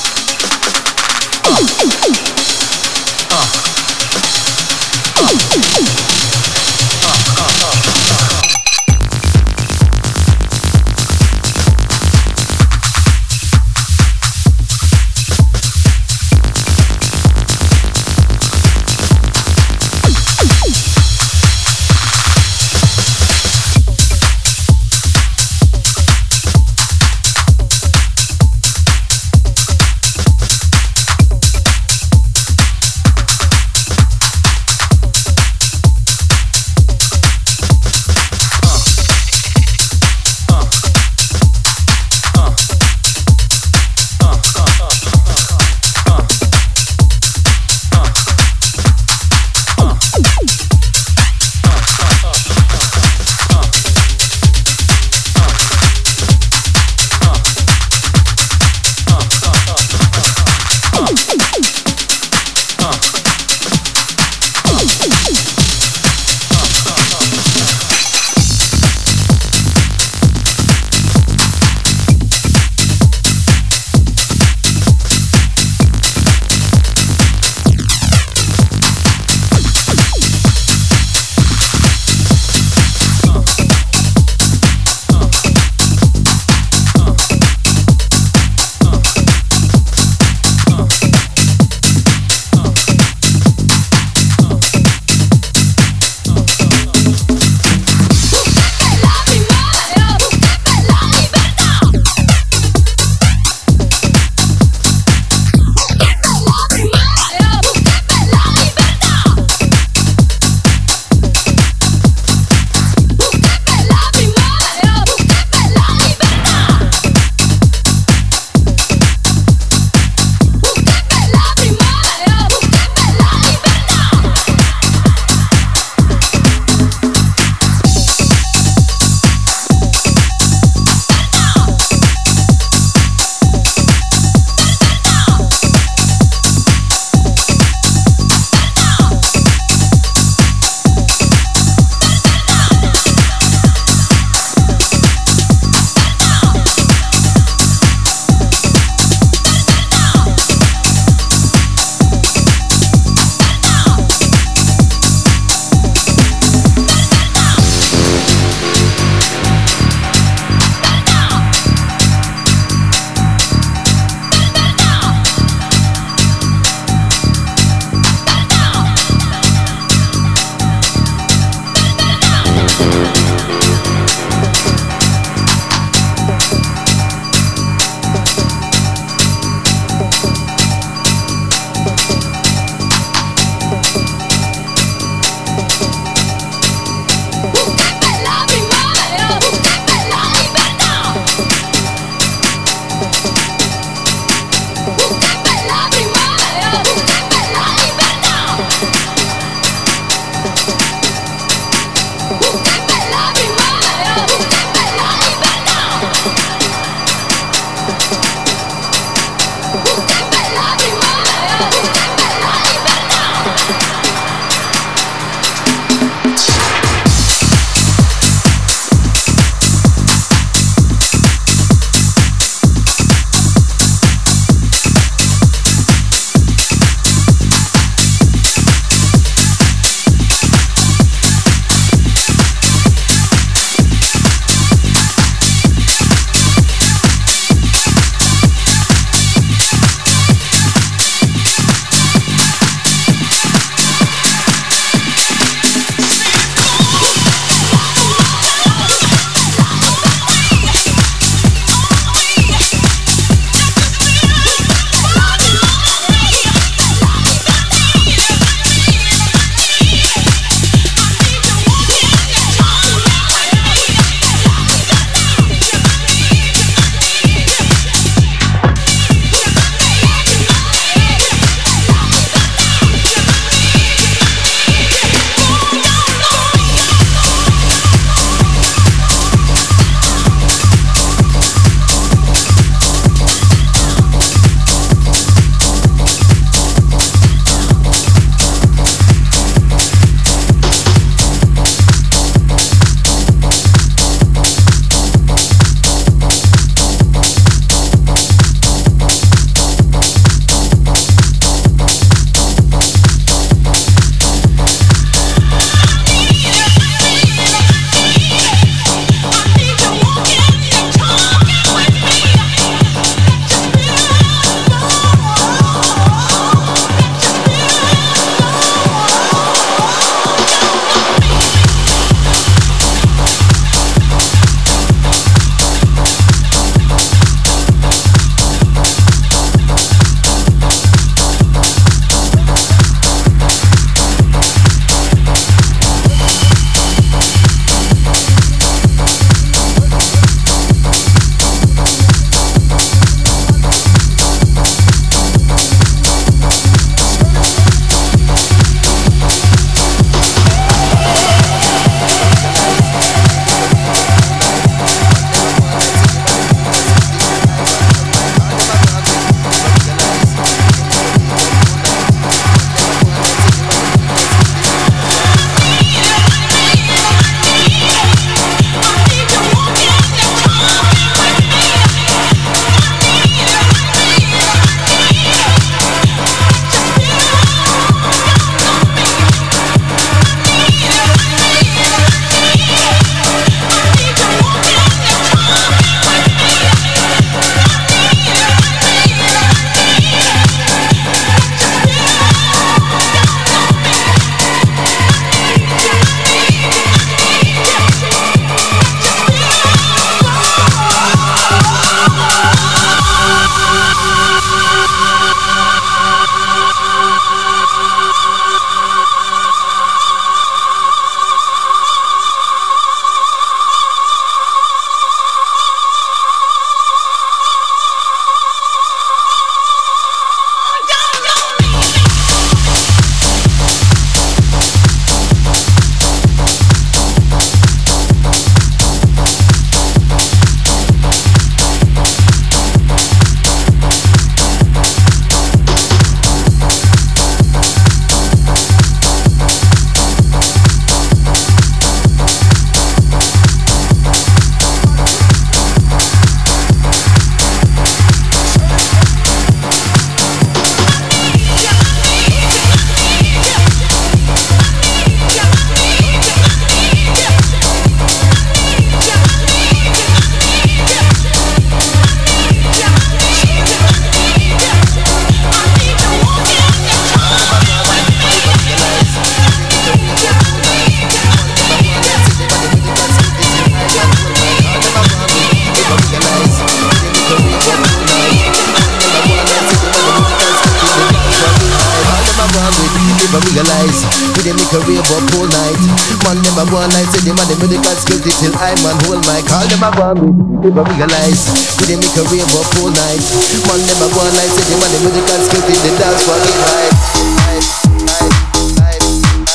a rave up all night. Man them a go on night, say them a the medical skills till I man hold my call them a go on with, never realize. We dey make a rave up all night. Man them a go on night, say them a the medical skills till the dance floor get hype. Hype, hype, hype,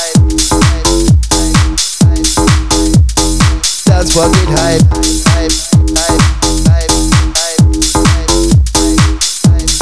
hype, hype. Dance floor get hype, hype, hype, hype, hype, hype,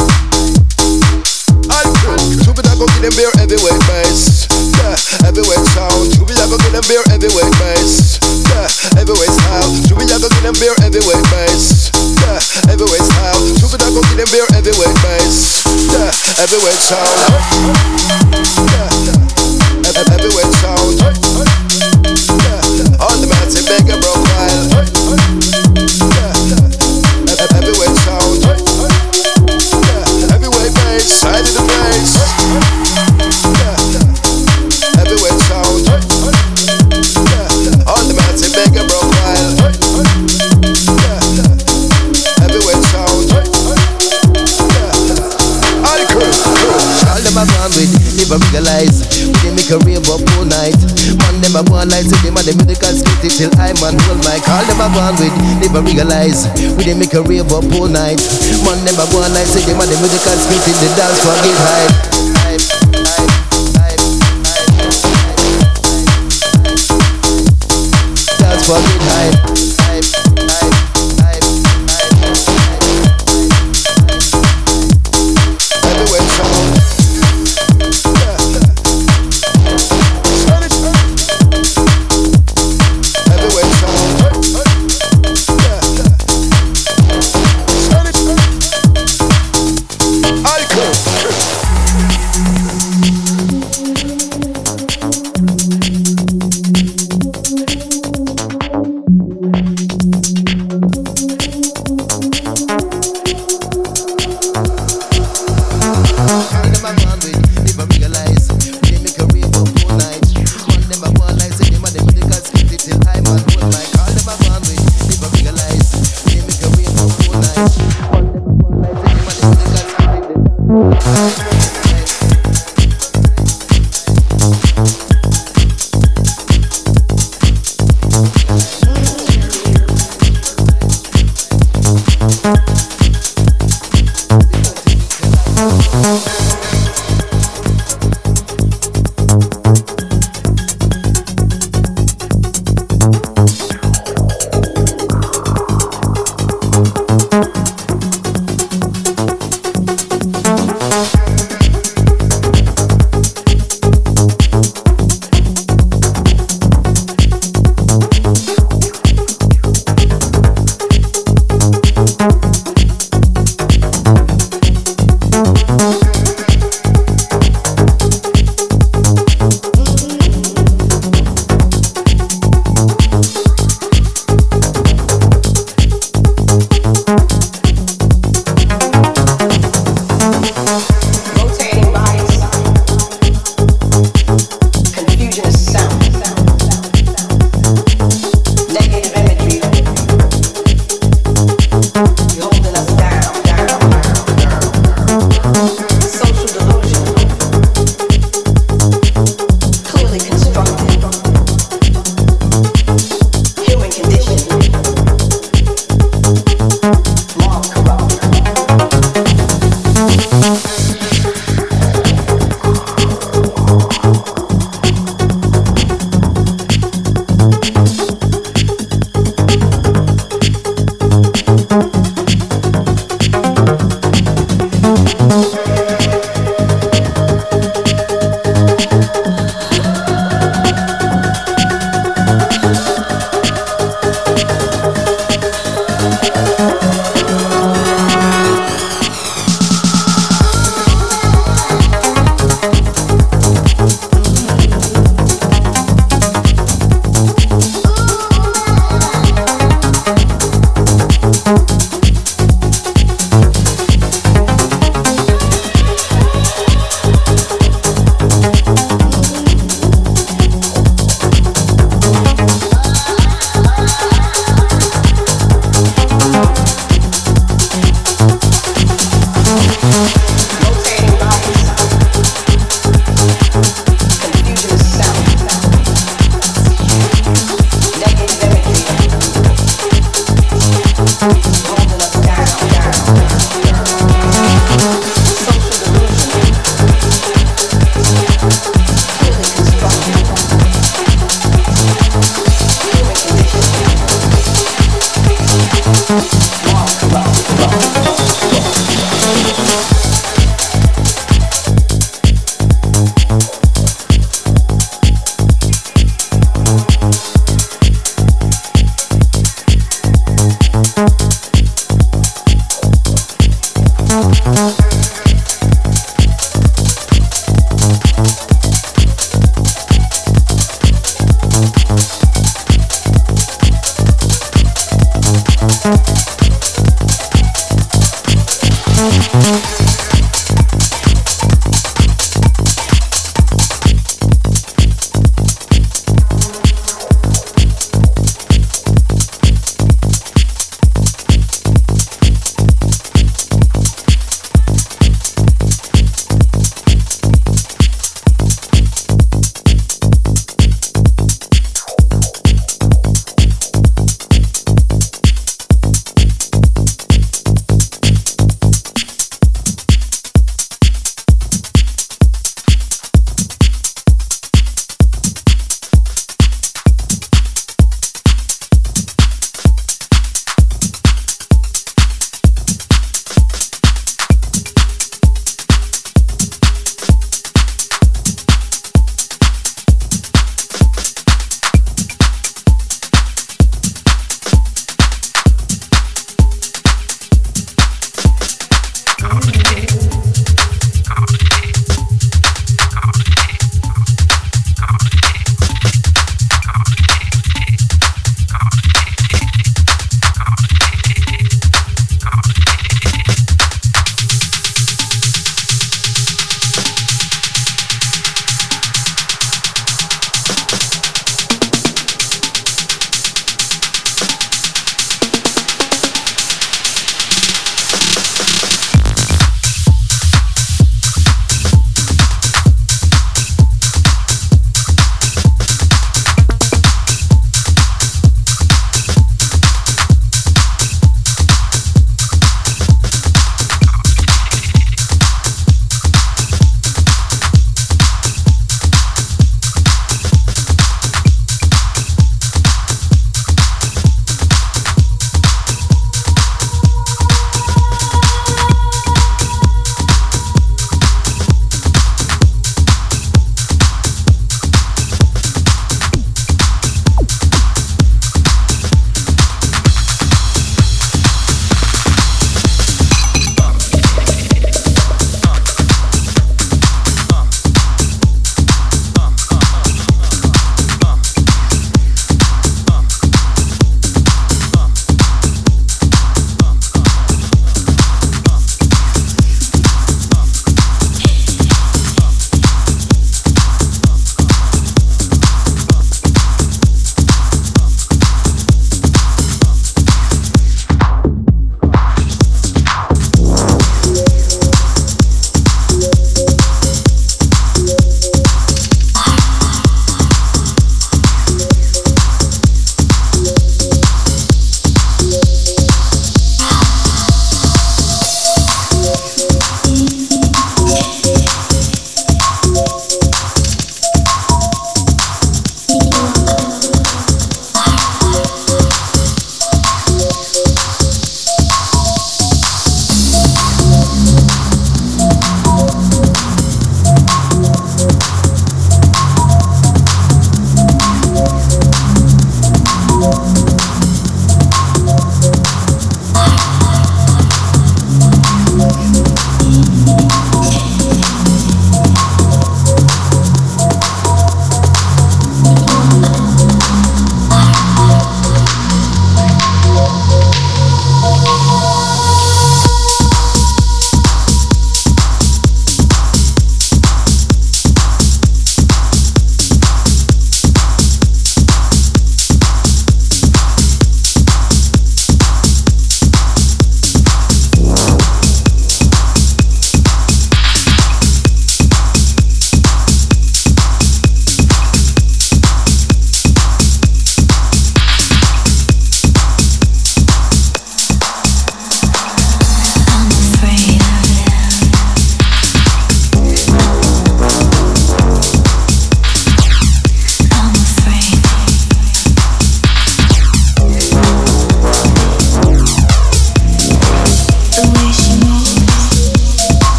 hype. Two bit I go get them beer heavyweight bass. Yeah, heavyweight sound. Two bit I go get them beer heavyweight bass. Yeah, heavyweight style. Two bit I go get them beer heavyweight bass. Yeah, heavyweight style. Two bit I go get them beer heavyweight bass. Yeah, heavyweight sound. Yeah, he- heavyweight sound. Yeah, all the man say beg a broke while. Yeah, he- heavyweight sound. Yeah, heavyweight bass, side of the bass. Yeah, heavyweight sound. Yeah, all the man say beg a broke while. Yeah, heavyweight sound. Yeah, all the crew, crew. All them a gone with, never realize. We dey make a rave up all night. Man them a go on night, say them a the medical skills till I man hold my call them a gone with, never realize. We dey make a rave up all night. Man them a go on night, say them a the medical skills till the dance floor get hype. Hype, hype, hype, hype. Dance floor get hype. Hype, hype, hype, hype. Heavyweight sound. Yeah. Heavyweight sound. Yeah. All the crew. All them a gone with, never realize. We dey make a rave up all night. Man them a go on night, say them a the medical skills till I man hold my call them a gone with, never realize. We dey make a rave up all night. Man them a go on night, say them a the medical skills till the dance.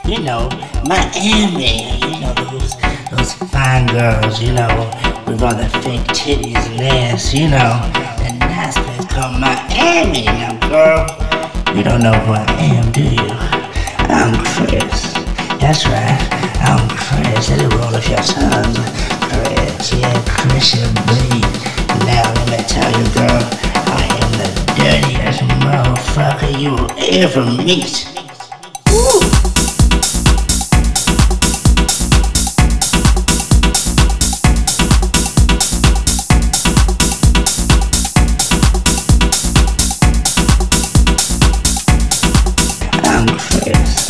you know, Miami, you know, those, those fine girls, you know, with all the fake titties and ass, you know, a nice place called Miami. Now, girl, you don't know who I am, do you? I'm Chris. That's right, I'm Chris. Let it roll off your tongue. Chris, yeah, Chris and B. Now, let me tell you, girl, I am the dirtiest motherfucker you will ever meet. Woo! I'm Chris.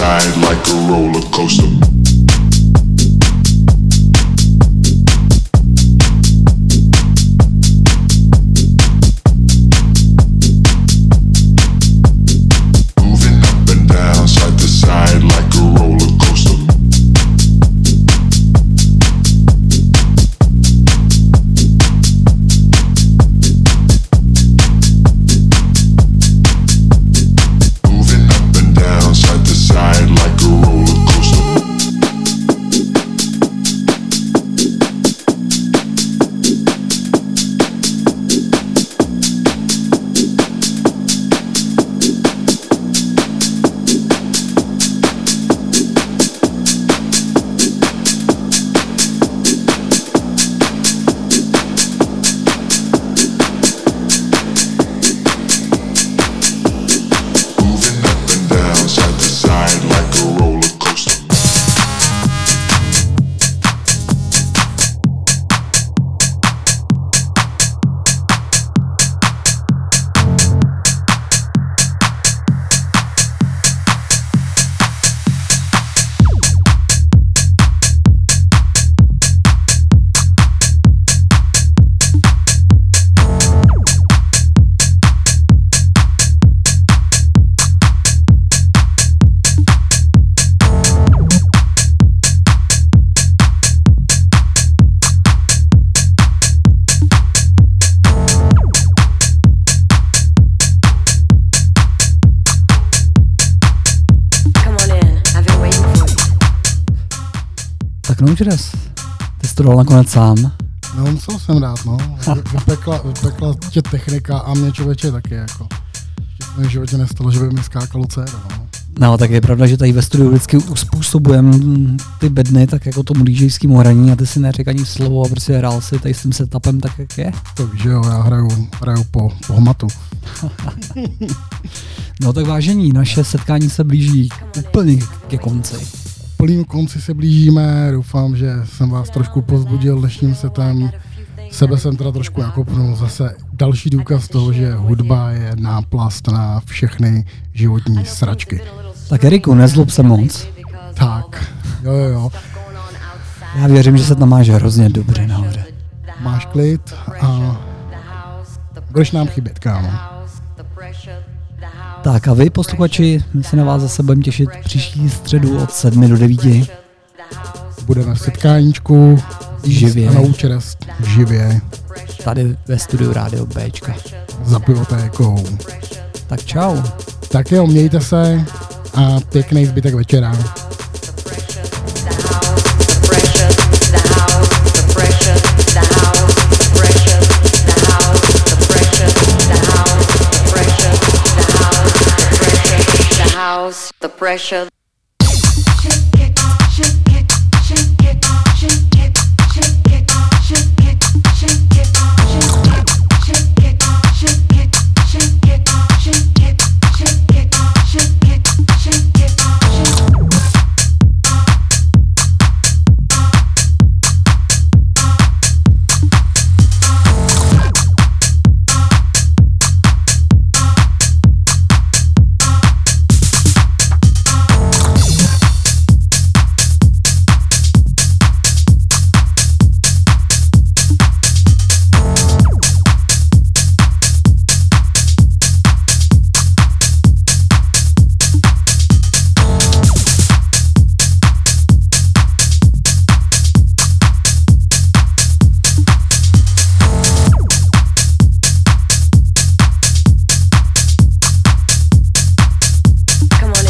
side like a roller coaster. Moving up and down, side to side like a roller coaster. Moving up and down, side to side like a roller coaster. Moving up and down, side to side like a roller coaster. Come on in. I've been waiting for you. Tak no, Jires, ty jsi to dal nakonec sám. No, musel jsem dát, no. Vypekla, vypekla tě technika a mě člověče taky, jako. Ještě v mém životě nestalo, že by mi skákalo céra, no. No, tak je pravda, že tady ve studiu vždycky uspůsobujeme ty bedny tak jako tomu DJskému hraní a ty si neřekl ani slovo a prostě hrál si tady s tím setupem tak, jak je. To víš, že jo, já hraju, hraju po, po hmatu. No tak vážení, naše setkání se blíží úplně ke konci. Plnému konci se blížíme, doufám, že jsem vás trošku povzbudil dnešním setem. Sebe jsem teda trošku nakopnul, zase další důkaz toho, že hudba je náplast na všechny životní sračky. Tak Eriku, nezlob se moc. Tak, jo jo jo, Já věřím, že se tam máš hrozně dobře nahoře. máš klid a budeš nám chybět, kámo. Tak a vy, posluchači, my se na vás zase budeme těšit příští středu od sedmi do devíti. Budeme v setkáníčku, Živě. a na účest živě, Tady ve studiu Rádio Bčka. za pivotékou. Tak čau. Tak jo, mějte se a pěkný zbytek večera. The pressure.